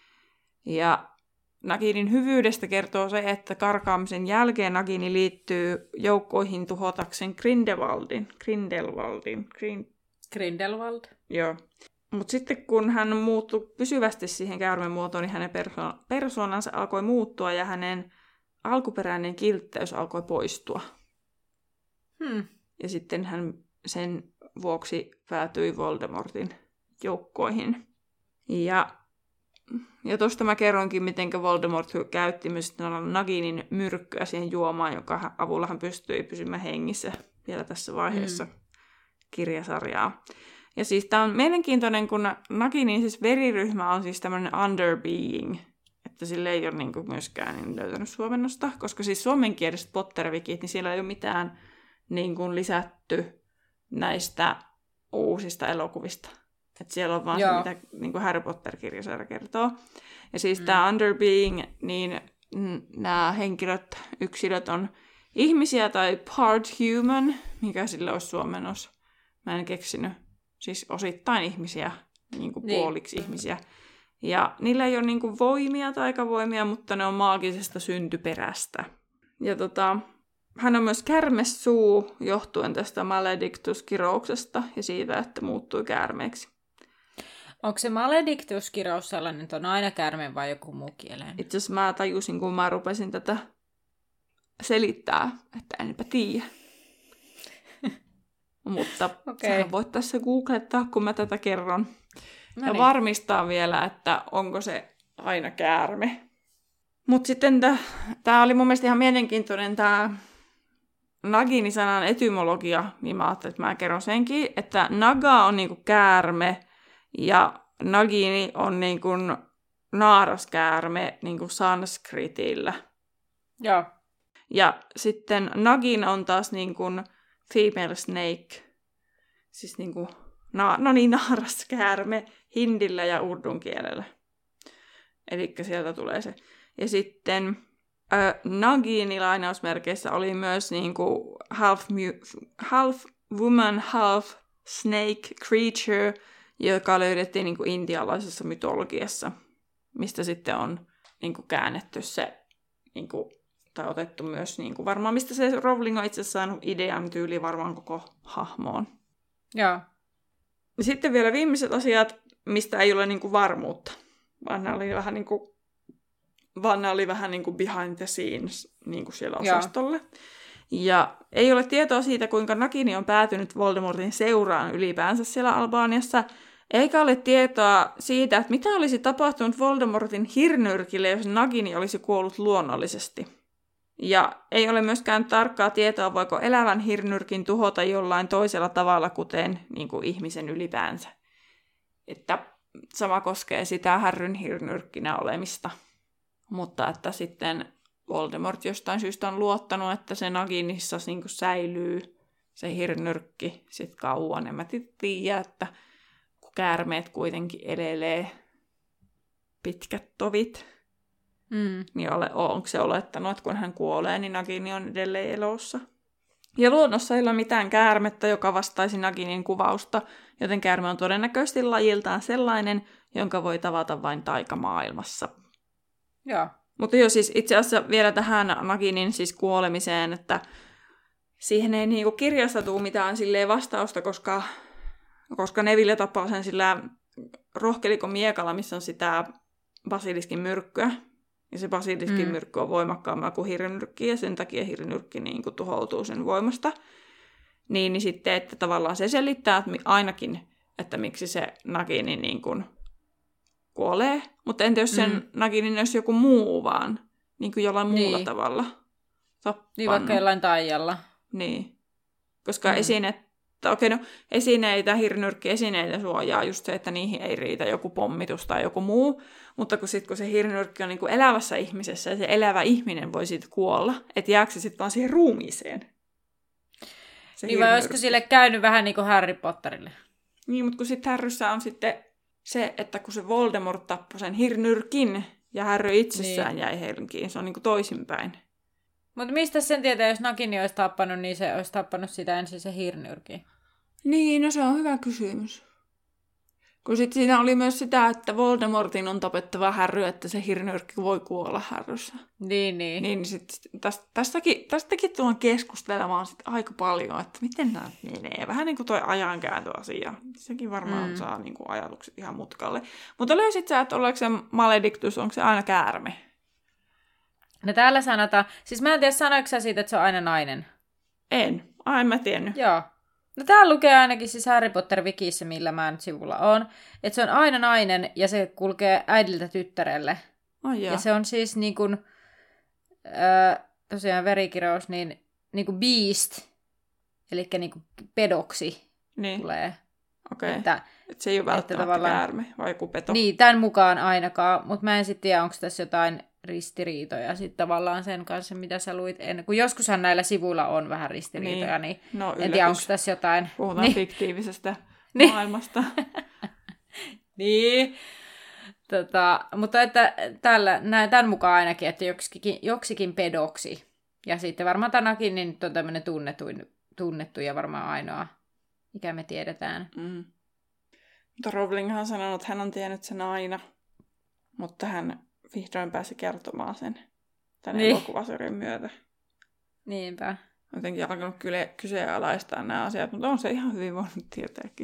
Speaker 2: Ja Naginin hyvyydestä kertoo se, että karkaamisen jälkeen Nagini liittyy joukkoihin tuhotakseen Grindelwaldin. Grindelwaldin. Grin...
Speaker 1: Grindelwald.
Speaker 2: Joo. Mutta sitten kun hän muuttui pysyvästi siihen käärmemuotoon, niin hänen perso- persoonansa alkoi muuttua ja hänen alkuperäinen kiltteys alkoi poistua. Hmm. Ja sitten hän sen vuoksi päätyi Voldemortin joukkoihin. Ja, ja tuosta mä kerronkin, miten Voldemort käytti myös Naginin myrkkyä siihen juomaan, jonka avulla hän pystyi pysymään hengissä vielä tässä vaiheessa hmm. kirjasarjaa. Ja siis tää on mielenkiintoinen, kun Naginin siis veriryhmä on siis tämmöinen underbeing, että sille ei ole niinku myöskään niin löytänyt suomennosta, koska siis suomenkieliset Pottervikit, niin siellä ei ole mitään niinku lisätty näistä uusista elokuvista. Että siellä on vaan Joo. se, mitä niinku Harry Potter-kirjasarja kertoo. Ja siis mm. tämä underbeing, niin nämä henkilöt, yksilöt on ihmisiä tai part human, mikä sille olisi suomennos. Mä en keksinyt. Siis osittain ihmisiä, niin kuin niin. puoliksi ihmisiä. Ja niillä ei ole niin kuin voimia tai aikavoimia, mutta ne on maagisesta syntyperästä. Ja tota, hän on myös kärmessuu johtuen tästä Maledictus-kirouksesta ja siitä, että muuttui käärmeeksi.
Speaker 1: Onko se Maledictus-kirous sellainen, että on aina käärme vai joku muu kieleen?
Speaker 2: Itse asiassa mä tajusin, kun mä rupesin tätä selittää, että enpä tiedä. Mutta okay. Sähän voit tässä googlettaa, kun mä tätä kerron. No ja niin. varmistaa vielä, että onko se aina käärme. Mutta sitten tämä oli mun mielestä ihan mielenkiintoinen tämä Nagini-sanan etymologia, niin mä ajattelin, että mä kerron senkin, että naga on niinku käärme ja Nagini on niinku naaraskäärme niinku sanskritillä.
Speaker 1: Joo.
Speaker 2: Ja sitten Nagin on taas niinku female snake, siis niinku, na, no niin, naaraskäärme hindillä ja urdun kielellä. Elikkä sieltä tulee se. Ja sitten äh, Nagini lainausmerkeissä oli myös niinku half, mu- half woman, half snake creature, joka löydettiin niinku intialaisessa mytologiassa, mistä sitten on niinku käännetty se niinku tai otettu myös, niin kuin varmaan mistä se Rowling on itse saanut idean tyyli varmaan koko hahmoon.
Speaker 1: Joo.
Speaker 2: Sitten vielä viimeiset asiat, mistä ei ole niin kuin varmuutta, vaan ne oli vähän niin kuin, vaan ne oli vähän niin kuin behind the scenes niin kuin siellä osastolla. Joo. Ja ei ole tietoa siitä, kuinka Nagini on päätynyt Voldemortin seuraan ylipäänsä siellä Albaniassa, eikä ole tietoa siitä, että mitä olisi tapahtunut Voldemortin hirnyrkille, jos Nagini olisi kuollut luonnollisesti. Ja ei ole myöskään tarkkaa tietoa, voiko elävän hirnyrkin tuhota jollain toisella tavalla, kuten niin kuin ihmisen ylipäänsä. Että sama koskee sitä Harryn hirnyrkkinä olemista. Mutta että sitten Voldemort jostain syystä on luottanut, että se Naginissa niin kuin säilyy se hirnyrkki sit kauan. En mä tiedä, että kun käärmeet kuitenkin elelee pitkät tovit, Mm. niin ole, onko se olettanut, että kun hän kuolee, niin Nagini on edelleen elossa. Ja luonnossa ei ole mitään käärmettä, joka vastaisi Naginin kuvausta, joten käärme on todennäköisesti lajiltaan sellainen, jonka voi tavata vain taikamaailmassa.
Speaker 1: Joo.
Speaker 2: Mutta joo, siis itse asiassa vielä tähän Naginin siis kuolemiseen, että siihen ei niinku kirjasta tule mitään silleen vastausta, koska, koska Neville tapaa sen sillä rohkelikon miekalla, missä on sitä basiliskin myrkkyä. Ja se basiliskin mm. myrkky on voimakkaammalla kuin hirvinyrkki, ja sen takia hirvinyrkki niin kuin tuhoutuu sen voimasta. Niin, niin sitten, että tavallaan se selittää että ainakin, että miksi se Nagini niin kuin kuolee. Mutta entä jos sen mm. Naginin olisi joku muu vaan, niin kuin jollain muulla niin. tavalla tappanut.
Speaker 1: Niin vaikka jollain taijalla.
Speaker 2: Niin, koska mm. esine, okei, no, esineitä, hirvinyrkki-esineitä suojaa just se, että niihin ei riitä joku pommitus tai joku muu. Mutta kun, sit, kun se hirvinyrkki on niin kuin elävässä ihmisessä ja se elävä ihminen voi siitä kuolla, että jääkö se sitten vaan siihen ruumiiseen? Se
Speaker 1: niin vai olisiko sille käynyt vähän niin kuin Harry Potterille?
Speaker 2: Niin, mutta kun sitten Harryssä on sitten se, että kun se Voldemort tappoi sen hirvinyrkin ja Harry itsessään niin. jäi henkiin, se on niin kuin toisinpäin.
Speaker 1: Mutta mistä sen tietää, jos Nagini olisi tappanut, niin se olisi tappanut sitä ensin se hirvinyrkin?
Speaker 2: Niin, no se on hyvä kysymys. Kun sitten siinä oli myös sitä, että Voldemortin on tapettava Harry, että se hirvinyrkki voi kuolla Harryssä.
Speaker 1: Niin, niin.
Speaker 2: Niin sit tästä, tästäkin, tästäkin tullaan keskustelemaan sit aika paljon, että miten nämä menee. Vähän niin kuin toi ajankääntöasia. Sekin varmaan mm. saa niin kuin ajatukset ihan mutkalle. Mutta löysit sä, että ollaanko se maledictus, onko se aina käärme?
Speaker 1: No täällä sanotaan, siis mä en tiedä sanoiko sä siitä, että se on aina nainen.
Speaker 2: En, en mä tiennyt.
Speaker 1: Joo. No täällä lukee ainakin siis Harry Potter Wikissä, millä mä nyt sivulla on, että se on aina nainen ja se kulkee äidiltä tyttärelle.
Speaker 2: Oh,
Speaker 1: ja se on siis niin kuin, äh, tosiaan verikirous, niin, niin kuin beast, eli niin kuin pedoksi
Speaker 2: niin.
Speaker 1: tulee.
Speaker 2: Okei, okay. että, että se ei ole välttämättä käärme vai joku peto.
Speaker 1: Niin, tämän mukaan ainakaan, mutta mä en sitten tiedä, onko tässä jotain ristiriitoja sitten tavallaan sen kanssa, mitä sä luit ennen. Kun joskushan näillä sivuilla on vähän ristiriitoja, niin, niin no, en tiedä, onko tässä jotain.
Speaker 2: Puhutaan
Speaker 1: niin.
Speaker 2: fiktiivisestä
Speaker 1: niin.
Speaker 2: maailmasta.
Speaker 1: niin. Tota, mutta että tällä, näin, tämän mukaan ainakin, että joksikin, joksikin pedoksi. Ja sitten varmaan Tanakin niin nyt on tämmöinen tunnettu, tunnettu ja varmaan ainoa, mikä me tiedetään.
Speaker 2: Mm. Mutta Rowlinghan on sanonut, että hän on tiennyt sen aina, mutta hän vihdoin pääsi kertomaan sen tämän niin. elokuvasarjan myötä.
Speaker 1: Niinpä.
Speaker 2: Jotenkin alkanut kyllä kyseenalaistaa nämä asiat, mutta on se ihan hyvin voinut tietääkin.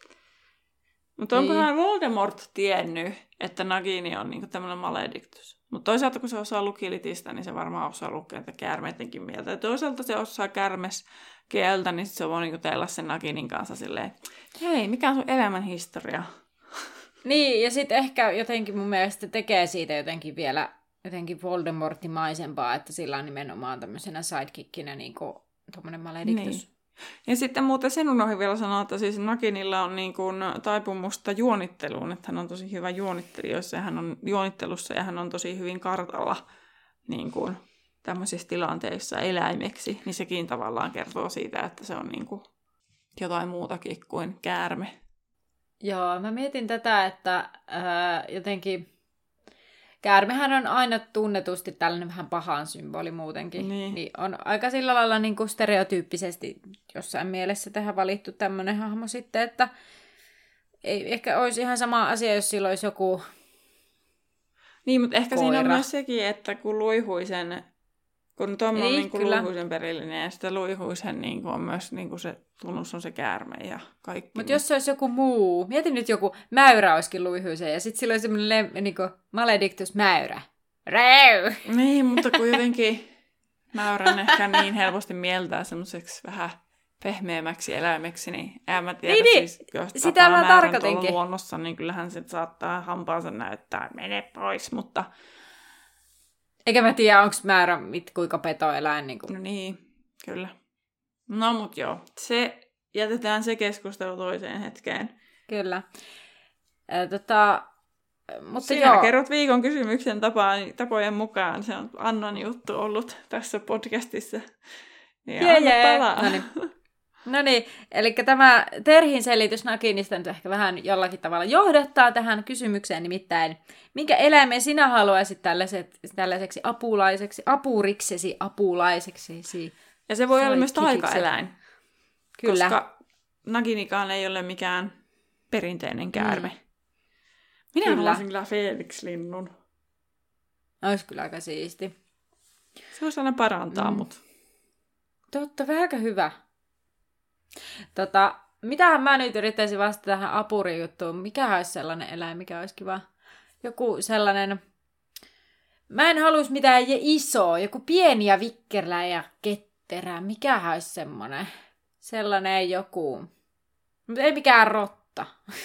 Speaker 2: Mutta niin. onkohan Voldemort tiennyt, että Nagini on niinku tämmöinen maledictus? Mutta toisaalta kun se osaa lukilitistä, niin se varmaan osaa lukea käärmeidenkin mieltä. Ja toisaalta se osaa kärmeskieltä, niin se voi niinku teillä sen Naginin kanssa silleen, hei, mikä on sun elämän historia?
Speaker 1: Niin, ja sitten ehkä jotenkin mun mielestä tekee siitä jotenkin vielä jotenkin Voldemortimaisempaa, että sillä on nimenomaan tämmöisenä sidekickinä niin kuin tommoinen maledictus. Niin.
Speaker 2: Ja sitten muuten sen unohdin vielä sanoa, että siis Naginilla on niin kuin taipumusta juonitteluun, että hän on tosi hyvä juonittelija, ja hän on juonittelussa ja hän on tosi hyvin kartalla niin kuin tämmöisissä tilanteissa eläimeksi, niin sekin tavallaan kertoo siitä, että se on niin kuin jotain muutakin kuin käärme.
Speaker 1: Joo, mä mietin tätä, että ää, jotenkin käärmehän on aina tunnetusti tällainen vähän pahan symboli muutenkin.
Speaker 2: Niin.
Speaker 1: Niin on aika sillä lailla niin kuin stereotyyppisesti jossain mielessä tähän valittu tämmöinen hahmo sitten, että ei ehkä olisi ihan sama asia, jos sillä olisi joku
Speaker 2: niin, mutta ehkä
Speaker 1: koira.
Speaker 2: Siinä on myös sekin, että kun Luihuisen, kun Tom on niin kuin Luihuisen perillinen ja sitten Luihuisen niin kuin on myös niin kuin se tunnus on se käärme ja kaikki.
Speaker 1: Mutta jos se olisi joku muu, mietin nyt joku mäyrä olisikin Luihuisen ja sitten sillä olisi semmoinen niin kuin maledictus mäyrä. Räy!
Speaker 2: Niin, mutta kun jotenkin mäyrän ehkä niin helposti mieltää semmoiseksi vähän pehmeämmäksi eläimeksi, niin en mä tiedä, niin, siis jos
Speaker 1: sitä mä tarkoitinkin.
Speaker 2: Luonnossa, niin kyllähän se saattaa hampaansa näyttää, mene pois, mutta
Speaker 1: eikä mä tiedä, onko määrä mit, kuinka petoeläin. Niin kuin.
Speaker 2: No niin, kyllä. No mut joo, se, jätetään se keskustelu toiseen hetkeen.
Speaker 1: Kyllä. Äh, tota, mutta
Speaker 2: Siinä
Speaker 1: joo.
Speaker 2: kerrot viikon kysymyksen tapaan, tapojen mukaan. Se on Annan juttu ollut tässä podcastissa. Ja
Speaker 1: yeah, yeah. No niin. No niin, eli tämä Terhin selitys Naginista nyt ehkä vähän jollakin tavalla johdattaa tähän kysymykseen, nimittäin minkä eläimen sinä haluaisit tällaiset, tällaiseksi apulaiseksi, apuriksesi, apulaiseksi
Speaker 2: Ja se voi
Speaker 1: Se
Speaker 2: olla
Speaker 1: oli
Speaker 2: myös
Speaker 1: kikiksi.
Speaker 2: taikaeläin.
Speaker 1: Kyllä.
Speaker 2: Koska Naginikaan ei ole mikään perinteinen käärme.
Speaker 1: Mm.
Speaker 2: Minä
Speaker 1: Kyllä.
Speaker 2: haluaisin kyllä Felix-linnun.
Speaker 1: Olisi kyllä aika siisti.
Speaker 2: Se voisi aina parantaa
Speaker 1: Mm.
Speaker 2: mut.
Speaker 1: Totta, vähänkö hyvä. Tota, mitähän mä nyt yrittäisin vastata tähän apurijuttuun. Mikä olisi sellainen eläin, mikä olisi kiva? Joku sellainen... Mä en halus mitään isoa, joku pieni ja vikkerlä ja ketterä. Mikähän olisi semmoinen? Sellainen joku... Mutta ei mikään rotta.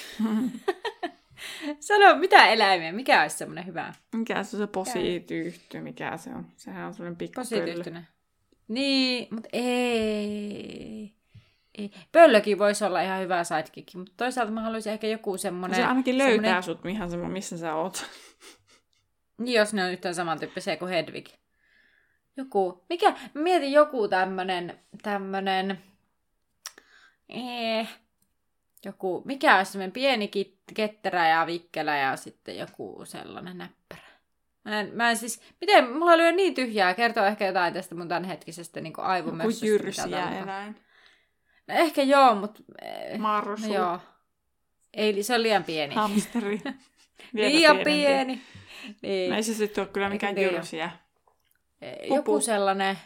Speaker 1: Sano, mitä eläimiä? Mikä olisi semmoinen hyvä?
Speaker 2: Mikä se on se posityyhty? Mikä se on? Sehän on semmoinen pikkupöllö.
Speaker 1: Posityyhtyinen. Niin, mutta ei. ei. Pöllökin voisi olla ihan hyvä sidekick, mutta toisaalta mä haluaisin ehkä joku semmoinen...
Speaker 2: Se ainakin löytää
Speaker 1: semmonen...
Speaker 2: sut, mihin se, missä sä oot.
Speaker 1: Niin, jos ne on yhtään samantyyppisiä kuin Hedvig. Joku, mikä, mä mietin joku tämmönen, tämmönen, eh, joku, mikä olisi semmoinen pieni ketterä ja vikkelä ja sitten joku sellainen näppärä. Mä en, mä en siis, miten, mulla oli niin tyhjää, kertoo ehkä jotain tästä mun tämänhetkisestä niin kuin aivomössöstä.
Speaker 2: Joku jyrsiä eläin.
Speaker 1: No ehkä joo, mutta... Eh,
Speaker 2: Marsu.
Speaker 1: no joo. Ei, se on liian pieni.
Speaker 2: Hamsteri.
Speaker 1: Liian pieni. Niin.
Speaker 2: No ei se sitten ole kyllä mikään jyrsiä.
Speaker 1: Joku sellainen...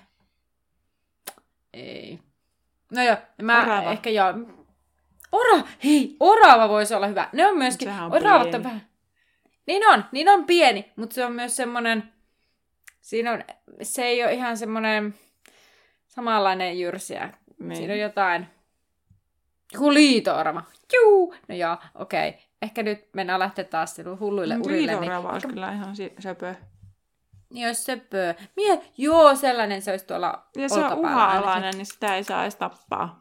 Speaker 1: Ei. No joo, mä
Speaker 2: Orava.
Speaker 1: ehkä joo. Ora! Hei, orava voisi olla hyvä. Ne on myöskin...
Speaker 2: Sehän on
Speaker 1: Oravat
Speaker 2: pieni.
Speaker 1: on vähän... Niin on, niin on pieni, mutta se on myös semmoinen... Siinä on... Se ei ole ihan semmoinen samanlainen jyrsiä.
Speaker 2: Niin.
Speaker 1: Siinä on jotain... Joku liito-orava. Juu! No joo, okei. Okay. Ehkä nyt mennään lähteä taas hulluille urille.
Speaker 2: Liito-orava
Speaker 1: niin...
Speaker 2: olisi kyllä ihan söpö.
Speaker 1: Niin olisi söpöä. Mie... Joo, sellainen se olisi tuolla
Speaker 2: Ja se on
Speaker 1: olkapäällä
Speaker 2: uha-alainen,
Speaker 1: ainakin.
Speaker 2: niin sitä ei saa edes tappaa.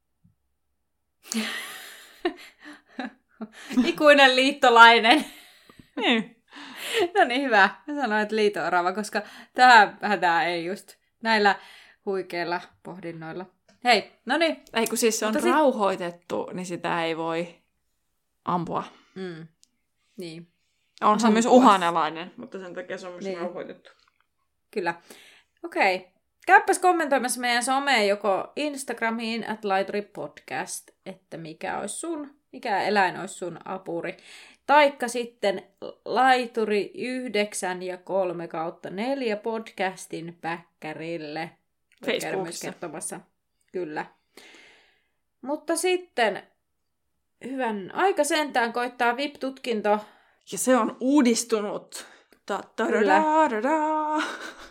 Speaker 1: Ikuinen liittolainen.
Speaker 2: Niin.
Speaker 1: No niin, hyvä. Mä sanoin, että liito-orava, koska tämä hätää ei just näillä huikeilla pohdinnoilla. Hei, no niin.
Speaker 2: Ei kun siis se on
Speaker 1: Mutta sit-
Speaker 2: rauhoitettu, niin sitä ei voi ampua.
Speaker 1: Mm. Niin,
Speaker 2: On se
Speaker 1: Ampua.
Speaker 2: myös uhanalainen, mutta sen takia se on myös
Speaker 1: Niin.
Speaker 2: rauhoitettu.
Speaker 1: kyllä. Okei. Okay. Käyppäs kommentoimassa meidän someen joko Instagramiin at laituripodcast, että mikä olisi sun, mikä eläin olisi sun apuri. Taikka sitten laituri yhdeksän ja kolme kautta neljä podcastin päkkärille. Voit käydä myös
Speaker 2: Facebookissa.
Speaker 1: kertomassa. Kyllä. Mutta sitten hyvän aika sentään koittaa V I P-tutkinto.
Speaker 2: Ja se on uudistunut. Ta ta
Speaker 1: Kyllä.
Speaker 2: da da da.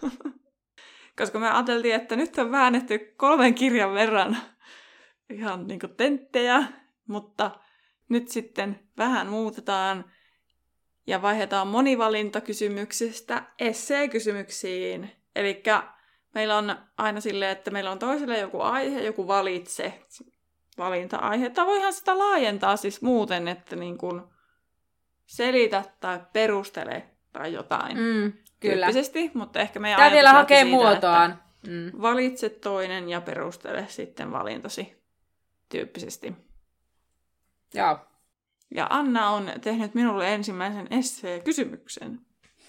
Speaker 2: Koska me ajateltiin, että nyt on väännetty kolmen kirjan verran ihan niinku tenttejä, mutta nyt sitten vähän muutetaan ja vaihdetaan monivalintakysymyksistä esseekysymyksiin. Eli meillä on aina silleen, että meillä on toiselle joku aihe, joku valitse valinta-aihe. Tai voihan sitä laajentaa siis muuten, että niin kuin selitä tai perustele tai jotain.
Speaker 1: Mm, kyllä.
Speaker 2: Tyyppisesti, mutta ehkä meidän
Speaker 1: Tämä
Speaker 2: ajatus
Speaker 1: vielä
Speaker 2: lähti
Speaker 1: hakee
Speaker 2: siitä,
Speaker 1: muotoaan.
Speaker 2: että
Speaker 1: Mm.
Speaker 2: valitse toinen ja perustele sitten valintasi tyyppisesti.
Speaker 1: Joo.
Speaker 2: Ja Anna on tehnyt minulle ensimmäisen essee-kysymyksen.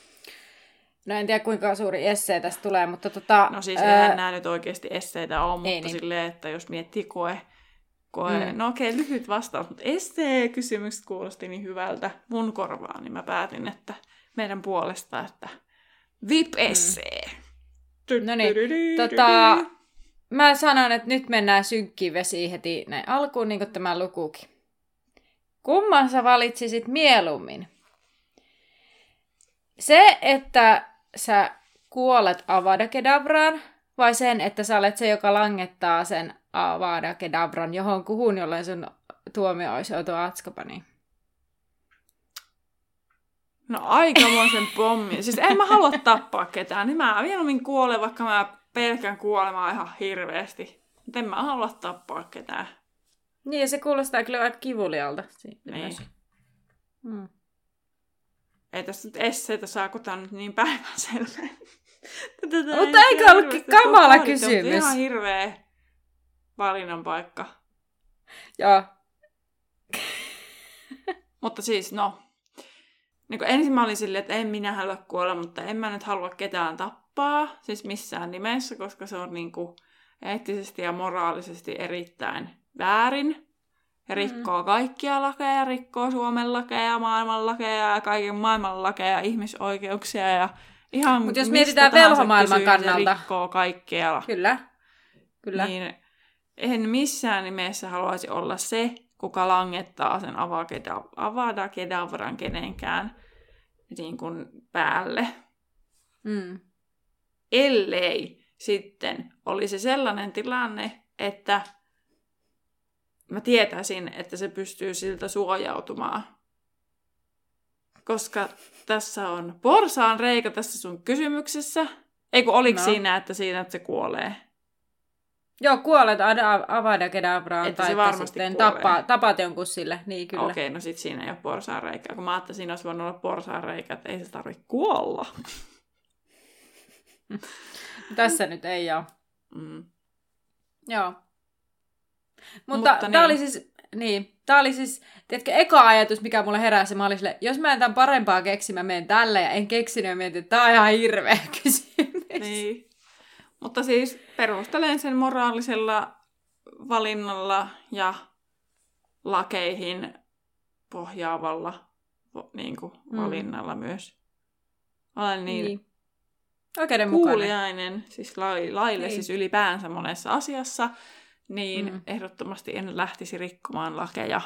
Speaker 1: No en tiedä kuinka suuri essee tästä tulee, mutta tota...
Speaker 2: No siis
Speaker 1: ää,
Speaker 2: eihän nämä nyt oikeasti esseitä ole, mutta
Speaker 1: ei niin.
Speaker 2: silleen, että jos miettii koe, koe
Speaker 1: Mm.
Speaker 2: no okei, okay, lyhyt vastaus, mutta essee-kysymykset kuulosti niin hyvältä mun korvaan, niin mä päätin, että meidän puolesta, että V I P-essee.
Speaker 1: No niin, tota, mä sanon, että nyt mennään synkkiin vesiin heti näin alkuun, niin kuin tämä lukukin. Kumman sä valitsisit mieluummin? Se, että sä kuolet Avada Kedavraan, vai sen, että sä olet se, joka langettaa sen Avada Kedavran johon kuhun, jolloin sun tuomio olisi joutua Azkabaniin?
Speaker 2: No aikamoisen pommi. Siis en mä halua tappaa ketään, niin mä mieluummin kuolen, vaikka mä pelkään kuolemaa ihan hirveästi. Mutta en mä halua tappaa ketään.
Speaker 1: Niin, ja se kuulostaa kyllä aika kivulialta.
Speaker 2: Niin.
Speaker 1: Hmm.
Speaker 2: Ei tässä nyt esseitä saa, kun tää on nyt niin päivänselvä.
Speaker 1: Mutta eikö ollutkin kamala kysymys?
Speaker 2: Ihan hirveä valinnan paikka.
Speaker 1: Joo.
Speaker 2: Mutta siis, no. Niin kuin ensin mä olin silleen, että en minä halua kuolla, mutta en mä nyt halua ketään tappaa. Siis missään nimessä, koska se on niin kuin eettisesti ja moraalisesti erittäin väärin. Ja rikkoo kaikkia lakeja, rikkoo Suomen lakeja, maailman lakeja ja kaiken maailman lakeja, ihmisoikeuksia ja ihan
Speaker 1: Mutta jos mietitään velhomaailman kannalta.
Speaker 2: Rikkoo kaikkea.
Speaker 1: Kyllä. Kyllä.
Speaker 2: Niin en missään nimessä haluaisi olla se, kuka langettaa sen Avada Kedavran kenenkään niin kuin päälle.
Speaker 1: Mm.
Speaker 2: Ellei sitten olisi sellainen tilanne, että mä tietäisin, että se pystyy siltä suojautumaan. Koska tässä on porsaan reikä tässä sun kysymyksessä. Ei kun oliko no. siinä, että siinä että se kuolee?
Speaker 1: Joo, kuolet Avada Kedavraan
Speaker 2: että
Speaker 1: tai
Speaker 2: se varmasti
Speaker 1: sitten
Speaker 2: kuolee.
Speaker 1: tappaa, tapat jonkun sille. Niin, kyllä.
Speaker 2: Okei, no sit siinä ei ole porsaan reikää. Kun mä ajattelin, että siinä olisi voinut olla porsaan reikä, että ei se tarvitse kuolla.
Speaker 1: Tässä nyt ei ole.
Speaker 2: Mm.
Speaker 1: Joo. Mutta,
Speaker 2: Mutta
Speaker 1: tämä
Speaker 2: niin.
Speaker 1: oli siis, niin, tämä oli siis, tiedätkö, eka ajatus, mikä mulle heräsi, mä olin sille, jos mä en tämän parempaa keksi, mä menen tälle ja en keksinyt ja mietin, että tämä on ihan hirveä kysymys.
Speaker 2: Niin. Mutta siis perustelen sen moraalisella valinnalla ja lakeihin pohjaavalla niin kuin, mm. valinnalla myös. Olen niin, niin.
Speaker 1: oikeudenmukainen.
Speaker 2: Kuuliainen, siis laille
Speaker 1: niin.
Speaker 2: siis ylipäänsä monessa asiassa, niin mm. ehdottomasti en lähtisi rikkomaan lakeja.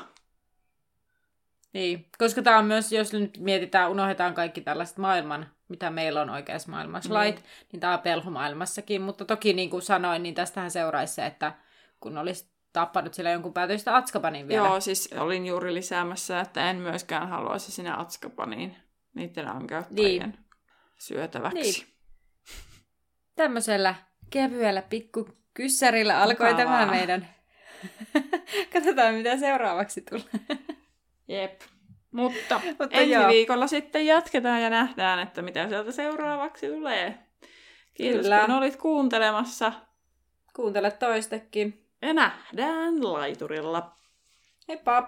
Speaker 1: Niin, koska tämä on myös, jos nyt mietitään, unohdetaan kaikki tällaiset maailman, mitä meillä on oikeassa maailmassa mm. lait, niin tämä on pelhomaailmassakin. Mutta toki niin kuin sanoin, niin tästähän seuraisi se, että kun olisi tappanut sillä jonkun päätöistä Azkabanin vielä.
Speaker 2: Joo, siis olin juuri lisäämässä, että en myöskään haluaisi sinne Azkabaniin niiden ankäyttäjien niin. syötäväksi. Niin.
Speaker 1: Tämmöisellä kevyellä pikku kyssärillä alkoi Mukavaa. Tämä meidän. Katsotaan, mitä seuraavaksi tulee.
Speaker 2: Jep. Mutta, Mutta ensi
Speaker 1: joo.
Speaker 2: viikolla sitten jatketaan ja nähdään, että mitä sieltä seuraavaksi tulee. Kiitos,
Speaker 1: Kyllä.
Speaker 2: kun olit kuuntelemassa.
Speaker 1: Kuuntele toistekin.
Speaker 2: Ja nähdään laiturilla.
Speaker 1: Heippa!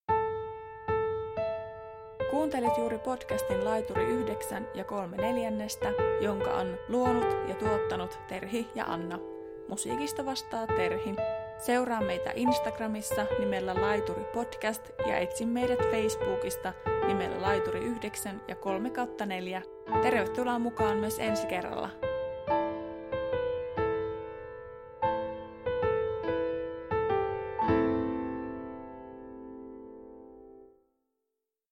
Speaker 2: Kuuntelit juuri podcastin Laituri yhdeksän ja kolme neljännestä, jonka on luonut ja tuottanut Terhi ja Anna. Musiikista vastaa Terhi. Seuraa meitä Instagramissa nimellä Laituri Podcast ja etsi meidät Facebookista nimellä Laituri yhdeksän ja kolme kautta neljä. Tervetuloa mukaan myös ensi kerralla.